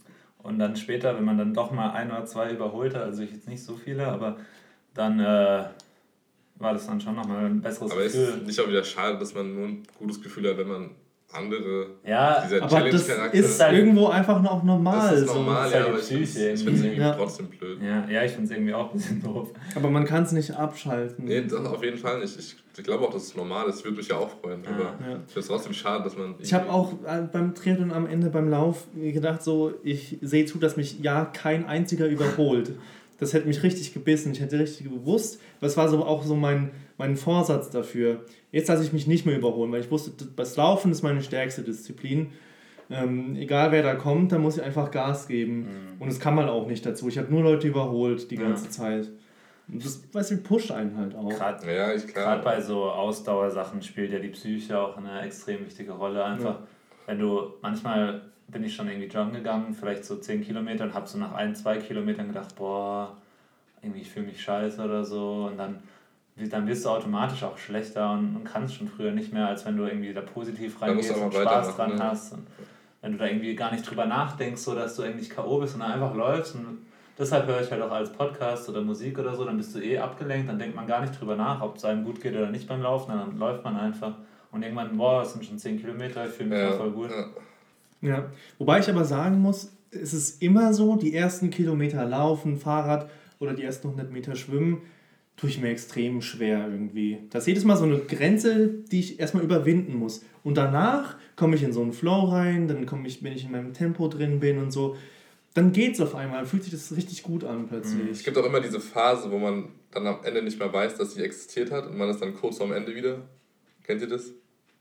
Und dann später, wenn man dann doch mal ein oder zwei überholt hat, also ich jetzt nicht so viele, aber dann äh, war das dann schon nochmal ein besseres aber Gefühl. Aber ist nicht auch wieder schade, dass man nur ein gutes Gefühl hat, wenn man andere, ja, dieser aber das ist halt irgendwo einfach noch normal. Das ist normal, so. ja, aber ich finde es irgendwie ja. trotzdem blöd. Ja, ja ich finde es irgendwie auch ein bisschen doof. Aber man kann es nicht abschalten. Nee, das auf jeden Fall nicht. Ich, ich glaube auch, dass es normal ist. Würde mich ja auch freuen. Ja. Aber ja. Ich finde es trotzdem schade, dass man... Ich habe auch beim Triathlon am Ende beim Lauf gedacht, so, ich sehe zu, dass mich ja kein einziger überholt. Das hätte mich richtig gebissen. Ich hätte richtig gewusst. Das war so auch so mein, mein Vorsatz dafür. Jetzt lasse ich mich nicht mehr überholen, weil ich wusste, das Laufen ist meine stärkste Disziplin. Ähm, egal wer da kommt, da muss ich einfach Gas geben. Mhm. Und das kann man auch nicht dazu. Ich habe nur Leute überholt die ganze ja. Zeit. Und das, weißt du, pusht einen halt auch. Gerade ja, bei so Ausdauersachen spielt ja die Psyche auch eine extrem wichtige Rolle. Einfach, ja. wenn du, manchmal bin ich schon irgendwie joggen gegangen, vielleicht so zehn Kilometer und habe so nach ein, zwei Kilometern gedacht, boah, irgendwie ich fühle mich scheiße oder so. Und dann dann wirst du automatisch auch schlechter und, und kannst schon früher nicht mehr, als wenn du irgendwie da positiv reingehst und Spaß dran ne? hast. Und wenn du da irgendwie gar nicht drüber nachdenkst, so dass du eigentlich K O bist und dann einfach läufst. Und deshalb höre ich halt auch als Podcast oder Musik oder so, dann bist du eh abgelenkt, dann denkt man gar nicht drüber nach, ob es einem gut geht oder nicht beim Laufen, dann läuft man einfach. Und irgendwann, boah, es sind schon zehn Kilometer, ich fühle mich ja, voll gut. Ja. ja, wobei ich aber sagen muss, es ist immer so, die ersten Kilometer laufen, Fahrrad oder die ersten hundert Meter schwimmen, tue ich mir extrem schwer irgendwie. Das ist jedes Mal so eine Grenze, die ich erstmal überwinden muss. Und danach komme ich in so einen Flow rein, dann komme ich, wenn ich in meinem Tempo drin bin und so, dann geht's auf einmal, fühlt sich das richtig gut an plötzlich. Es gibt auch immer diese Phase, wo man dann am Ende nicht mehr weiß, dass sie existiert hat und man ist dann kurz vorm Ende wieder. Kennt ihr das?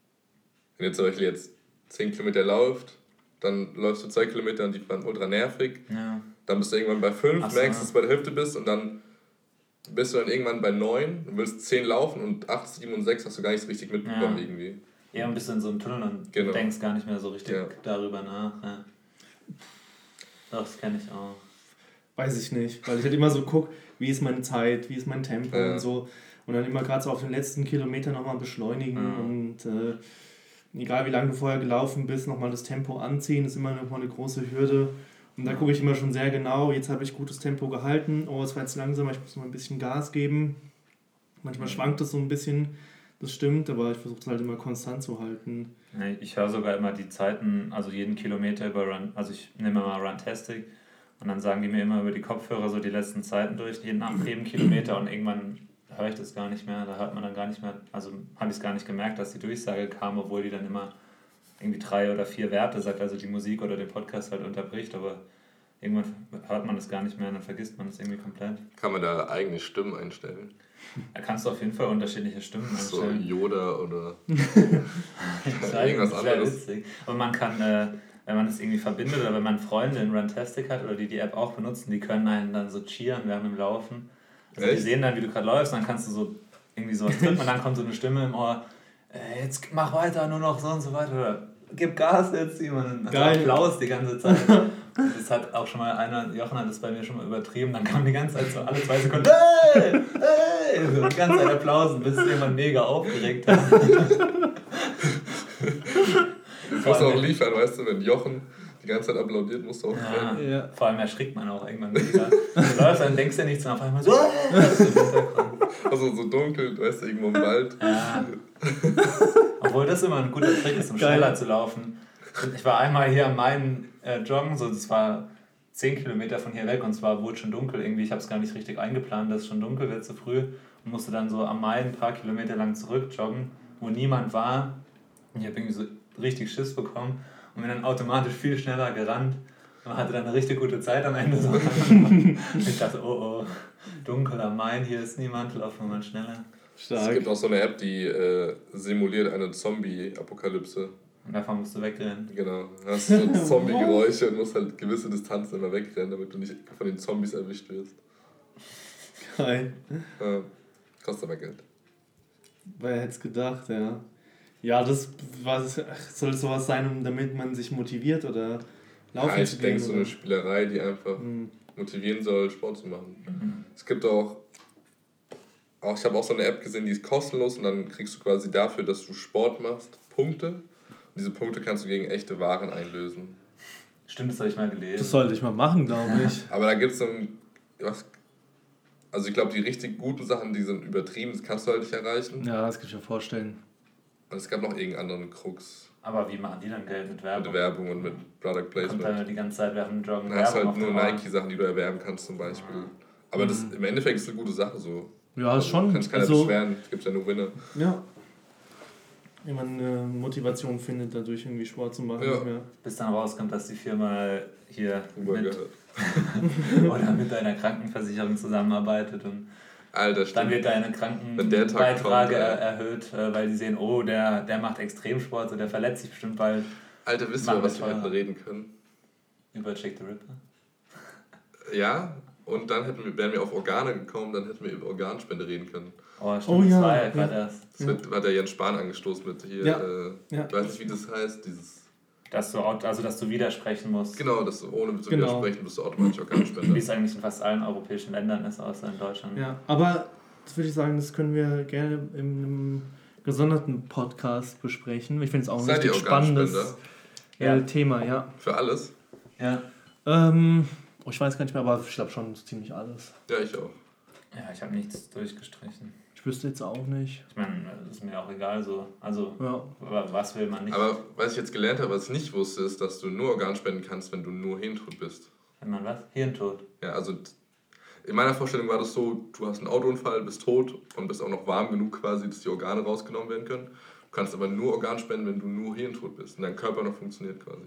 Wenn ihr zum Beispiel jetzt zehn Kilometer lauft, dann läufst du zwei Kilometer und die waren ultra nervig. Ja. Dann bist du irgendwann bei fünf, so. merkst, dass du bei der Hälfte bist und dann bist du dann irgendwann bei neun und willst zehn laufen und acht, sieben und sechs hast du gar nicht so richtig mitbekommen ja. irgendwie. Ja, und bist du in so einem Tunnel und genau. denkst gar nicht mehr so richtig ja. darüber nach. Ja. Doch, das kenne ich auch. Weiß ich nicht, weil ich halt immer so gucke, wie ist meine Zeit, wie ist mein Tempo ja. und so. Und dann immer gerade so auf den letzten Kilometer nochmal beschleunigen ja. und äh, egal wie lange du vorher gelaufen bist, nochmal das Tempo anziehen, ist immer nochmal eine große Hürde. Und da gucke ich immer schon sehr genau, jetzt habe ich gutes Tempo gehalten, oh, es war jetzt langsamer, ich muss mal ein bisschen Gas geben. Manchmal schwankt es so ein bisschen, das stimmt, aber ich versuche es halt immer konstant zu halten. Ich höre sogar immer die Zeiten, also jeden Kilometer über Run, also ich nehme mal Runtastic und dann sagen die mir immer über die Kopfhörer so die letzten Zeiten durch, jeden, jeden Kilometer und irgendwann höre ich das gar nicht mehr, da hört man dann gar nicht mehr, also habe ich es gar nicht gemerkt, dass die Durchsage kam, obwohl die dann immer irgendwie drei oder vier Werte sagt, also die Musik oder den Podcast halt unterbricht, aber irgendwann hört man das gar nicht mehr und dann vergisst man das irgendwie komplett. Kann man da eigene Stimmen einstellen? Da kannst du auf jeden Fall unterschiedliche Stimmen einstellen. So Yoda oder irgendwas anderes. Witzig. Aber man kann, äh, wenn man das irgendwie verbindet oder wenn man Freunde in Runtastic hat oder die die App auch benutzen, die können einen dann so cheeren während dem Laufen. Also die sehen dann, wie du gerade läufst, dann kannst du so irgendwie sowas tippen und dann kommt so eine Stimme im Ohr, äh, jetzt mach weiter, nur noch so und so weiter. Oder gib Gas jetzt, jemand. Also Applaus die ganze Zeit. Das hat auch schon mal einer, Jochen hat das bei mir schon mal übertrieben, dann kam die ganze Zeit so alle zwei Sekunden, hey, hey, so die ganze Zeit Applausen, bis es jemand mega aufgeregt hat. Du musst auch liefern, weißt du, wenn Jochen die ganze Zeit applaudiert, musst du auch ja, ja. Vor allem erschrickt man auch irgendwann mega. Du läufst, dann denkst du nichts und auf einmal so, also so dunkel, weißt du, irgendwo im Wald. Ja. Obwohl das immer ein guter Trick ist, um Geil. schneller zu laufen. Ich war einmal hier am Main äh, joggen, so, das war zehn Kilometer von hier weg und zwar wurde schon dunkel. Irgendwie, ich habe es gar nicht richtig eingeplant, dass es schon dunkel wird zu früh und musste dann so am Main ein paar Kilometer lang zurück joggen, wo niemand war. Und ich habe irgendwie so richtig Schiss bekommen und bin dann automatisch viel schneller gerannt und hatte dann eine richtig gute Zeit am Ende. So. Ich dachte, oh oh, dunkel am Main, hier ist niemand, laufen wir mal schneller. Stark. Es gibt auch so eine App, die äh, simuliert eine Zombie-Apokalypse. Und davon musst du wegrennen. Genau. Du hast so Zombie-Geräusche und musst halt gewisse Distanzen immer wegrennen, damit du nicht von den Zombies erwischt wirst. Geil. Ja, kostet aber Geld. Wer hätte es gedacht, ja. Ja, das was, soll sowas sein, damit man sich motiviert oder laufen ja, ich zu gehen? denke, so eine Spielerei, die einfach mhm. motivieren soll, Sport zu machen. Mhm. Es gibt auch, auch ich habe auch so eine App gesehen, die ist kostenlos und dann kriegst du quasi dafür, dass du Sport machst, Punkte. Und diese Punkte kannst du gegen echte Waren einlösen. Stimmt, das habe ich mal gelesen. Das sollte ich mal machen, glaube ich. Aber da gibt es so ein... Was, also ich glaube, die richtig guten Sachen, die sind übertrieben, das kannst du halt nicht erreichen. Ja, das kann ich mir vorstellen. Und es gab noch irgendeinen anderen Krux. Aber wie machen die dann Geld mit Werbung? Mit Werbung und mit Product Placement. Kommt dann die ganze Zeit während Joggen Dann hast du Werbung halt auf nur den Nike-Sachen, die du erwerben kannst zum Beispiel. Mhm. Aber das, im Endeffekt ist es eine gute Sache so. Ja, ist schon. Du kannst keiner Also, beschweren, es gibt ja nur Winner. ja. Wenn man eine Motivation findet, dadurch irgendwie Sport zu machen. Ja. Ja. Bis dann rauskommt, dass die Firma hier Drüber mit, gehört. oder mit deiner Krankenversicherung zusammenarbeitet und Alter, dann stimmt. wird deine Wenn der Tag Krankenbeiträge kommt, ja. er- erhöht, äh, weil die sehen, oh, der, der macht Extremsport, so der verletzt sich bestimmt bald. Alter, wisst Machen ihr, was wir wir hätten teurer. reden können? Über Jack the Ripper. Ja, und dann hätten wir, wären wir auf Organe gekommen, dann hätten wir über Organspende reden können. Oh, stimmt, Oh das ja, war ja ja. gerade erst. Das wird, hat der Jens Spahn angestoßen mit hier, Ja. äh, Ja. ich weiß nicht, wie das heißt, dieses, Dass du, aut- also, dass du widersprechen musst. genau, dass du ohne zu Genau. widersprechen bist du automatisch Organspender. Wie es eigentlich in fast allen europäischen Ländern ist, außer in Deutschland. Ja, aber das würde ich sagen, das können wir gerne in einem gesonderten Podcast besprechen. Ich finde es auch ein Seid ihr richtig spannendes Organspender? äh, Ja. Thema, ja. Für alles? Ja. Ähm, oh, ich weiß gar nicht mehr, aber ich glaube schon ziemlich alles. Ja, ich auch. Ja, ich habe nichts durchgestrichen. Ich wüsste jetzt auch nicht. Ich meine, das ist mir auch egal so. Also, Ja. aber was will man nicht, Aber was ich jetzt gelernt habe, was ich nicht wusste, ist, dass du nur Organ spenden kannst, wenn du nur Hirntod bist. wenn man was? Hirntod. Ja, also t- in meiner Vorstellung war das so, du hast einen Autounfall, bist tot und bist auch noch warm genug quasi, dass die Organe rausgenommen werden können. Du kannst aber nur Organ spenden, wenn du nur Hirntod bist und dein Körper noch funktioniert quasi.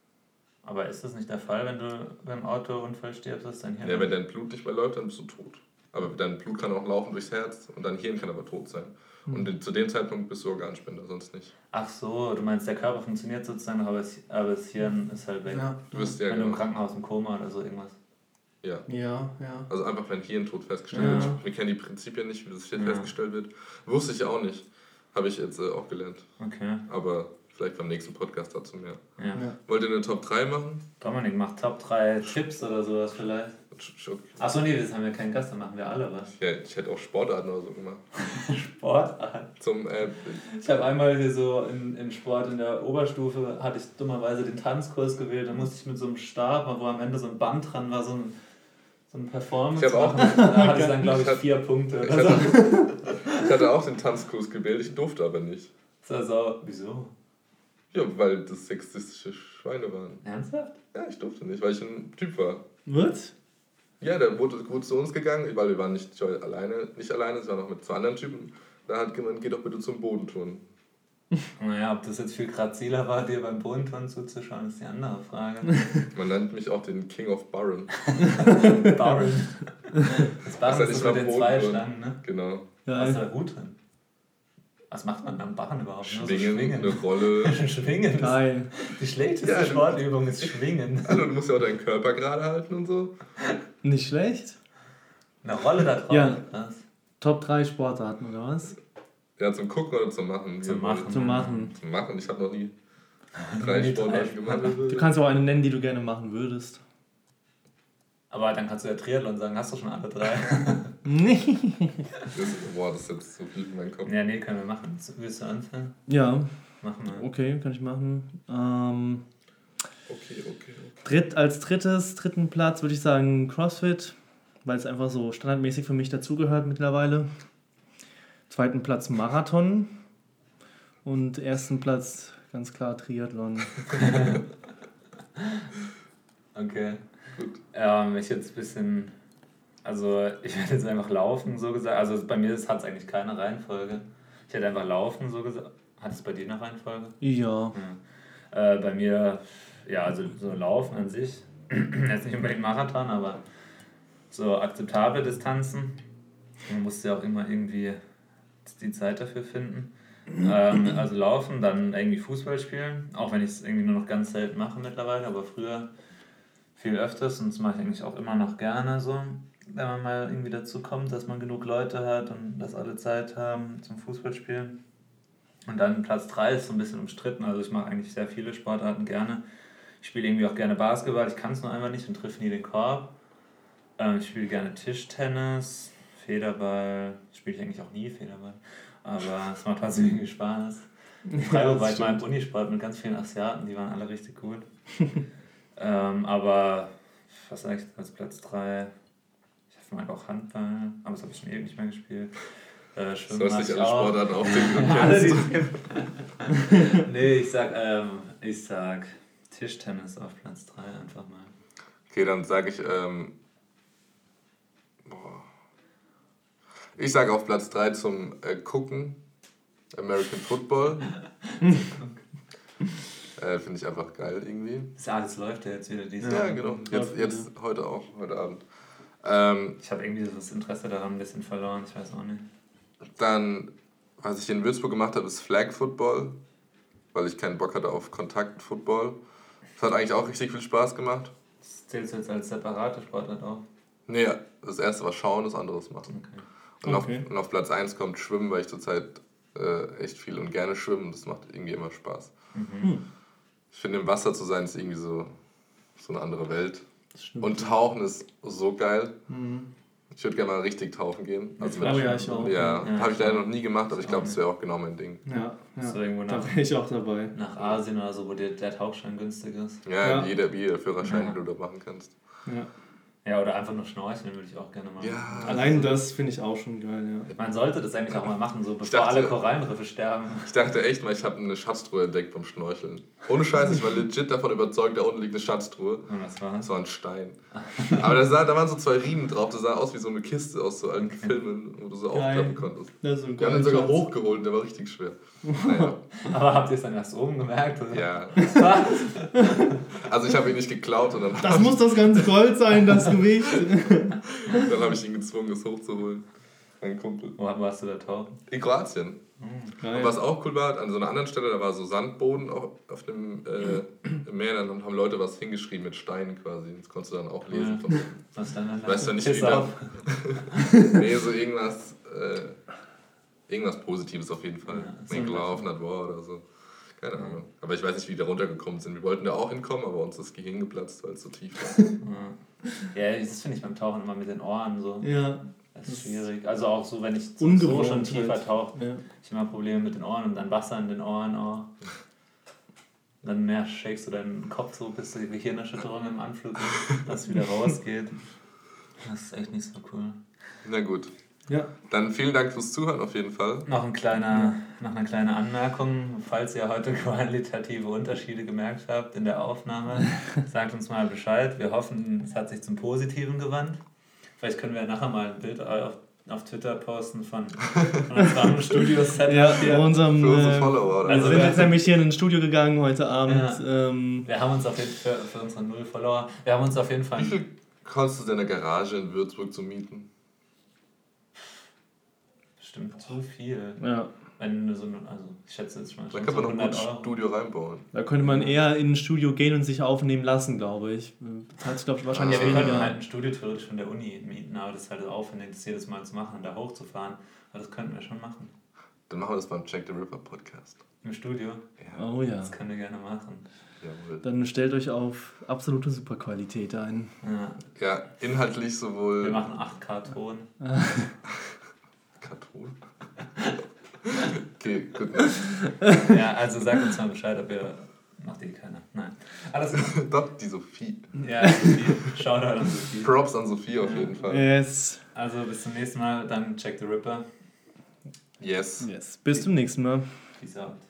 Aber ist das nicht der Fall, wenn du beim Autounfall stirbst, dass dein Hirn... Ja, wenn dein Blut nicht mehr läuft, dann bist du tot. Aber dein Blut kann auch laufen durchs Herz und dein Hirn kann aber tot sein. Und zu dem Zeitpunkt bist du Organspender, sonst nicht. Ach so, du meinst, der Körper funktioniert sozusagen noch, aber das, aber das Hirn ist halt weg. Ja, Du bist ja Wenn du im genau. Krankenhaus im Koma oder so irgendwas. Ja. ja. ja. Also einfach, wenn Hirntod festgestellt Ja. wird. Wir kennen die Prinzipien nicht, wie das hier Ja. festgestellt wird. Wusste ich auch nicht. Habe ich jetzt äh, auch gelernt. Okay, Aber vielleicht beim nächsten Podcast dazu mehr. ja. Ja. Wollt ihr eine Top drei machen? Dominik macht Top drei Tipps oder sowas vielleicht. Achso, nee, das haben wir keinen Gast, dann machen wir alle was. Ja, ich hätte auch Sportarten oder so gemacht. Sportart. Zum, äh, Ich habe einmal hier so in, im Sport in der Oberstufe, hatte ich dummerweise den Tanzkurs gewählt, da musste ich mit so einem Stab, wo am Ende so ein Band dran war, so ein, so ein Performance Ich hab auch- machen. Da hatte ich dann, glaube ich, Ich hab- vier Punkte ich, oder so. hatte, ich hatte auch den Tanzkurs gewählt, ich durfte aber nicht. Das war so, wieso? Ja, weil das sexistische Schweine waren. Ernsthaft? Ja, ich durfte nicht, weil ich ein Typ war. Was? Ja, der wurde, wurde zu uns gegangen, weil wir waren nicht alleine, nicht alleine, es waren noch mit zwei anderen Typen. Da hat gemeint, geh doch bitte zum Bodenturnen. Naja, ob das jetzt viel graziler war, dir beim Bodenturnen zuzuschauen, ist die andere Frage. Man nennt mich auch den King of Barren. Barren. Das Barren Das ist ist so ja mit nicht den mal zwei Boden. Stangen, ne? Genau. Was ist Ja, da gut drin? Was macht man am Barren überhaupt? Nur so Schwingen, schwingen. eine Rolle. Schwingen. Das, geil. die schlechteste Ja, du- Sportübung ist Schwingen. Also du musst ja auch deinen Körper gerade halten und so. Nicht schlecht. Eine Rolle da drauf. Ja. Krass. Top drei Sportarten, oder was? Ja, zum Gucken oder zum Machen? Zum Hier, Machen. Zum Machen. Zum Machen, ich habe noch nie drei Nie Sportarten drei gemacht. Du kannst auch eine nennen, die du gerne machen würdest. Aber dann kannst du ja Triathlon sagen, hast du schon alle drei? Nee. Das, boah, das ist jetzt so viel in meinem Kopf. Ja, nee, können wir machen. Willst du anfangen? Ja, Machen wir. okay, kann ich machen. Ähm, Okay, okay, okay. dritt, als drittes, dritten Platz würde ich sagen CrossFit, weil es einfach so standardmäßig für mich dazugehört mittlerweile. Zweiten Platz Marathon und ersten Platz ganz klar Triathlon. Okay. Gut. Ähm, ich jetzt ein bisschen, also ich werde jetzt einfach laufen, so gesagt. Also bei mir hat es eigentlich keine Reihenfolge. Ich hätte einfach laufen, so gesagt. Hat es bei dir eine Reihenfolge? Ja. Ja. Äh, bei mir, ja, also so Laufen an sich, jetzt nicht unbedingt Marathon, aber so akzeptable Distanzen. Man musste ja auch immer irgendwie die Zeit dafür finden. Ähm, also Laufen, dann irgendwie Fußball spielen, auch wenn ich es irgendwie nur noch ganz selten mache mittlerweile, aber früher viel öfters und das mache ich eigentlich auch immer noch gerne so, wenn man mal irgendwie dazu kommt, dass man genug Leute hat und dass alle Zeit haben zum Fußballspielen. Und dann Platz drei ist so ein bisschen umstritten, also ich mache eigentlich sehr viele Sportarten gerne. Ich spiele irgendwie auch gerne Basketball, ich kann es nur einfach nicht und triff nie den Korb. Ähm, ich spiele gerne Tischtennis, Federball, spiele ich eigentlich auch nie Federball, aber es macht trotzdem irgendwie Spaß. In Freiburg war ich mal im Unisport mit ganz vielen Asiaten, die waren alle richtig gut. Ähm, aber was sag ich als Platz drei? Ich mag auch Handball, aber das habe ich schon ewig nicht mehr gespielt. Äh, Schwimmen du hast nicht alle Sportarten auf den Alle, die Nee, ich sag, ähm, ich sag Tischtennis auf Platz drei einfach mal. Okay, dann sage ich, ähm, boah. Ich sage auf Platz drei zum äh, Gucken American Football. äh, Finde ich einfach geil irgendwie. Ja, das läuft ja jetzt wieder dieses Ja, Jahr. genau. Jetzt, jetzt heute auch, heute Abend. Ähm, ich habe irgendwie das Interesse daran ein bisschen verloren, ich weiß auch nicht. Dann, was ich in Würzburg gemacht habe, ist Flag Football, weil ich keinen Bock hatte auf Kontakt-Football. Das hat eigentlich auch richtig viel Spaß gemacht. Das zählst du jetzt als separate Sportart auch? Nee, das erste war schauen, das andere ist machen. Okay. Und, Okay. auf, und auf Platz eins kommt Schwimmen, weil ich zurzeit äh, echt viel und gerne schwimme. Das macht irgendwie immer Spaß. Mhm. Ich finde, im Wasser zu sein ist irgendwie so, so eine andere Welt. Das stimmt. Und Tauchen ist so geil. Mhm. Ich würde gerne mal richtig tauchen gehen. Also Oh ja, ich auch. Ja, Ja, habe ich ich leider auch. noch nie gemacht, aber ich Ich glaube, auch das wäre auch genau mein Ding. Ja, ja. So irgendwo Da nach, wäre ich auch dabei. nach Asien oder so, wo der, der Tauchschein günstig ist. Ja, Ja. Wie, jeder, wie jeder Führerschein, Ja. den du da machen kannst. Ja. Ja, oder einfach nur schnorcheln würde ich auch gerne machen. Ja. Also Allein so- das finde ich auch schon geil, ja. Man sollte das eigentlich auch mal machen, so bevor dachte- alle Korallenriffe sterben. Ich dachte echt mal, ich habe eine Schatztruhe entdeckt beim Schnorcheln. Ohne Scheiß, ich war legit davon überzeugt, da unten liegt eine Schatztruhe. Und was war Das das? war ein Stein. Aber da, sah, da waren so zwei Riemen drauf, das sah aus wie so eine Kiste aus so alten Filmen, wo du so Geil. aufklappen konntest. Das ist so ein Wir haben den sogar Schatz. hochgeholt und der war richtig schwer. Naja, Aber habt ihr es dann erst oben gemerkt? Oder? ja. Was? Also ich habe ihn nicht geklaut und dann, Das muss das ganze Gold sein, das Gewicht. dann habe ich ihn gezwungen, es hochzuholen. Mein Kumpel. Wo warst du da tauchen? In Kroatien. Geil. Und was auch cool war, an so einer anderen Stelle, da war so Sandboden auf, auf dem äh, im Meer, dann haben Leute was hingeschrieben mit Steinen quasi. Das konntest du dann auch lesen. Ja. Von oben. Was dann dann Weißt du nicht, Piss wie auf. Nee, so irgendwas, äh, irgendwas Positives auf jeden Fall. Ja, so Make ein- love, not war oder so. Keine Ahnung. Aber ich weiß nicht, wie die da runtergekommen sind. Wir wollten da auch hinkommen, aber uns ist das Gehirn geplatzt, weil es so tief war. Ja, ja das finde ich beim Tauchen immer mit den Ohren so. Ja. Das ist schwierig. Also auch so, wenn ich so, so Ungewohnt schon tiefer halt. tauche, Ja. ich habe immer Probleme mit den Ohren und dann Wasser in den Ohren auch. Dann mehr shakest du deinen Kopf so, bis die Gehirnerschütterung im Anflug ist, dass es wieder rausgeht. Das ist echt nicht so cool. Na gut. Ja. Dann vielen Dank fürs Zuhören auf jeden Fall. Noch, ein kleiner, noch eine kleine Anmerkung, falls ihr heute qualitative Unterschiede gemerkt habt in der Aufnahme, sagt uns mal Bescheid. Wir hoffen, es hat sich zum Positiven gewandt. Vielleicht können wir ja nachher mal ein Bild auf, auf Twitter posten von, von unserem Studio-Set. Ja, bei unserem. Für unsere Äh, Follower. Oder? also wir ja. sind jetzt nämlich hier in ein Studio gegangen heute Abend. Ja. Ähm, Wir haben uns auf jeden Fall, für, für unsere Null-Follower, wir haben uns auf jeden Fall... Wie viel kostet denn eine Garage in Würzburg zu mieten? Bestimmt zu viel. ja. Wenn du so, also ich schätze jetzt schon Da schon kann so man noch ein hundert gutes Euro. Studio reinbauen. Da könnte man eher in ein Studio gehen und sich aufnehmen lassen, glaube ich. Zahlt glaube ich wahrscheinlich Ja, wir können weniger. halt ein Studio theoretisch von der Uni mieten, aber das ist halt so aufwendig, das jedes Mal zu machen und da hochzufahren. Aber das könnten wir schon machen. Dann machen wir das beim Check the Ripper Podcast. Im Studio. Ja, Oh ja. Das können wir gerne machen. jawohl. Dann stellt euch auf absolute Superqualität ein. Ja. Ja, inhaltlich Wir sowohl machen acht K-Ton. Karton. Okay, gut. Ja, also sagt uns mal Bescheid, ob ihr... Macht eh keiner. Nein. Alles gut. Doch, die Sophie. Ja, Sophie. Shoutout an Sophie. Props an Sophie auf jeden Fall. Yes. Also bis zum nächsten Mal, dann check the Ripper. Yes. Yes. Bis zum nächsten Mal. Peace out.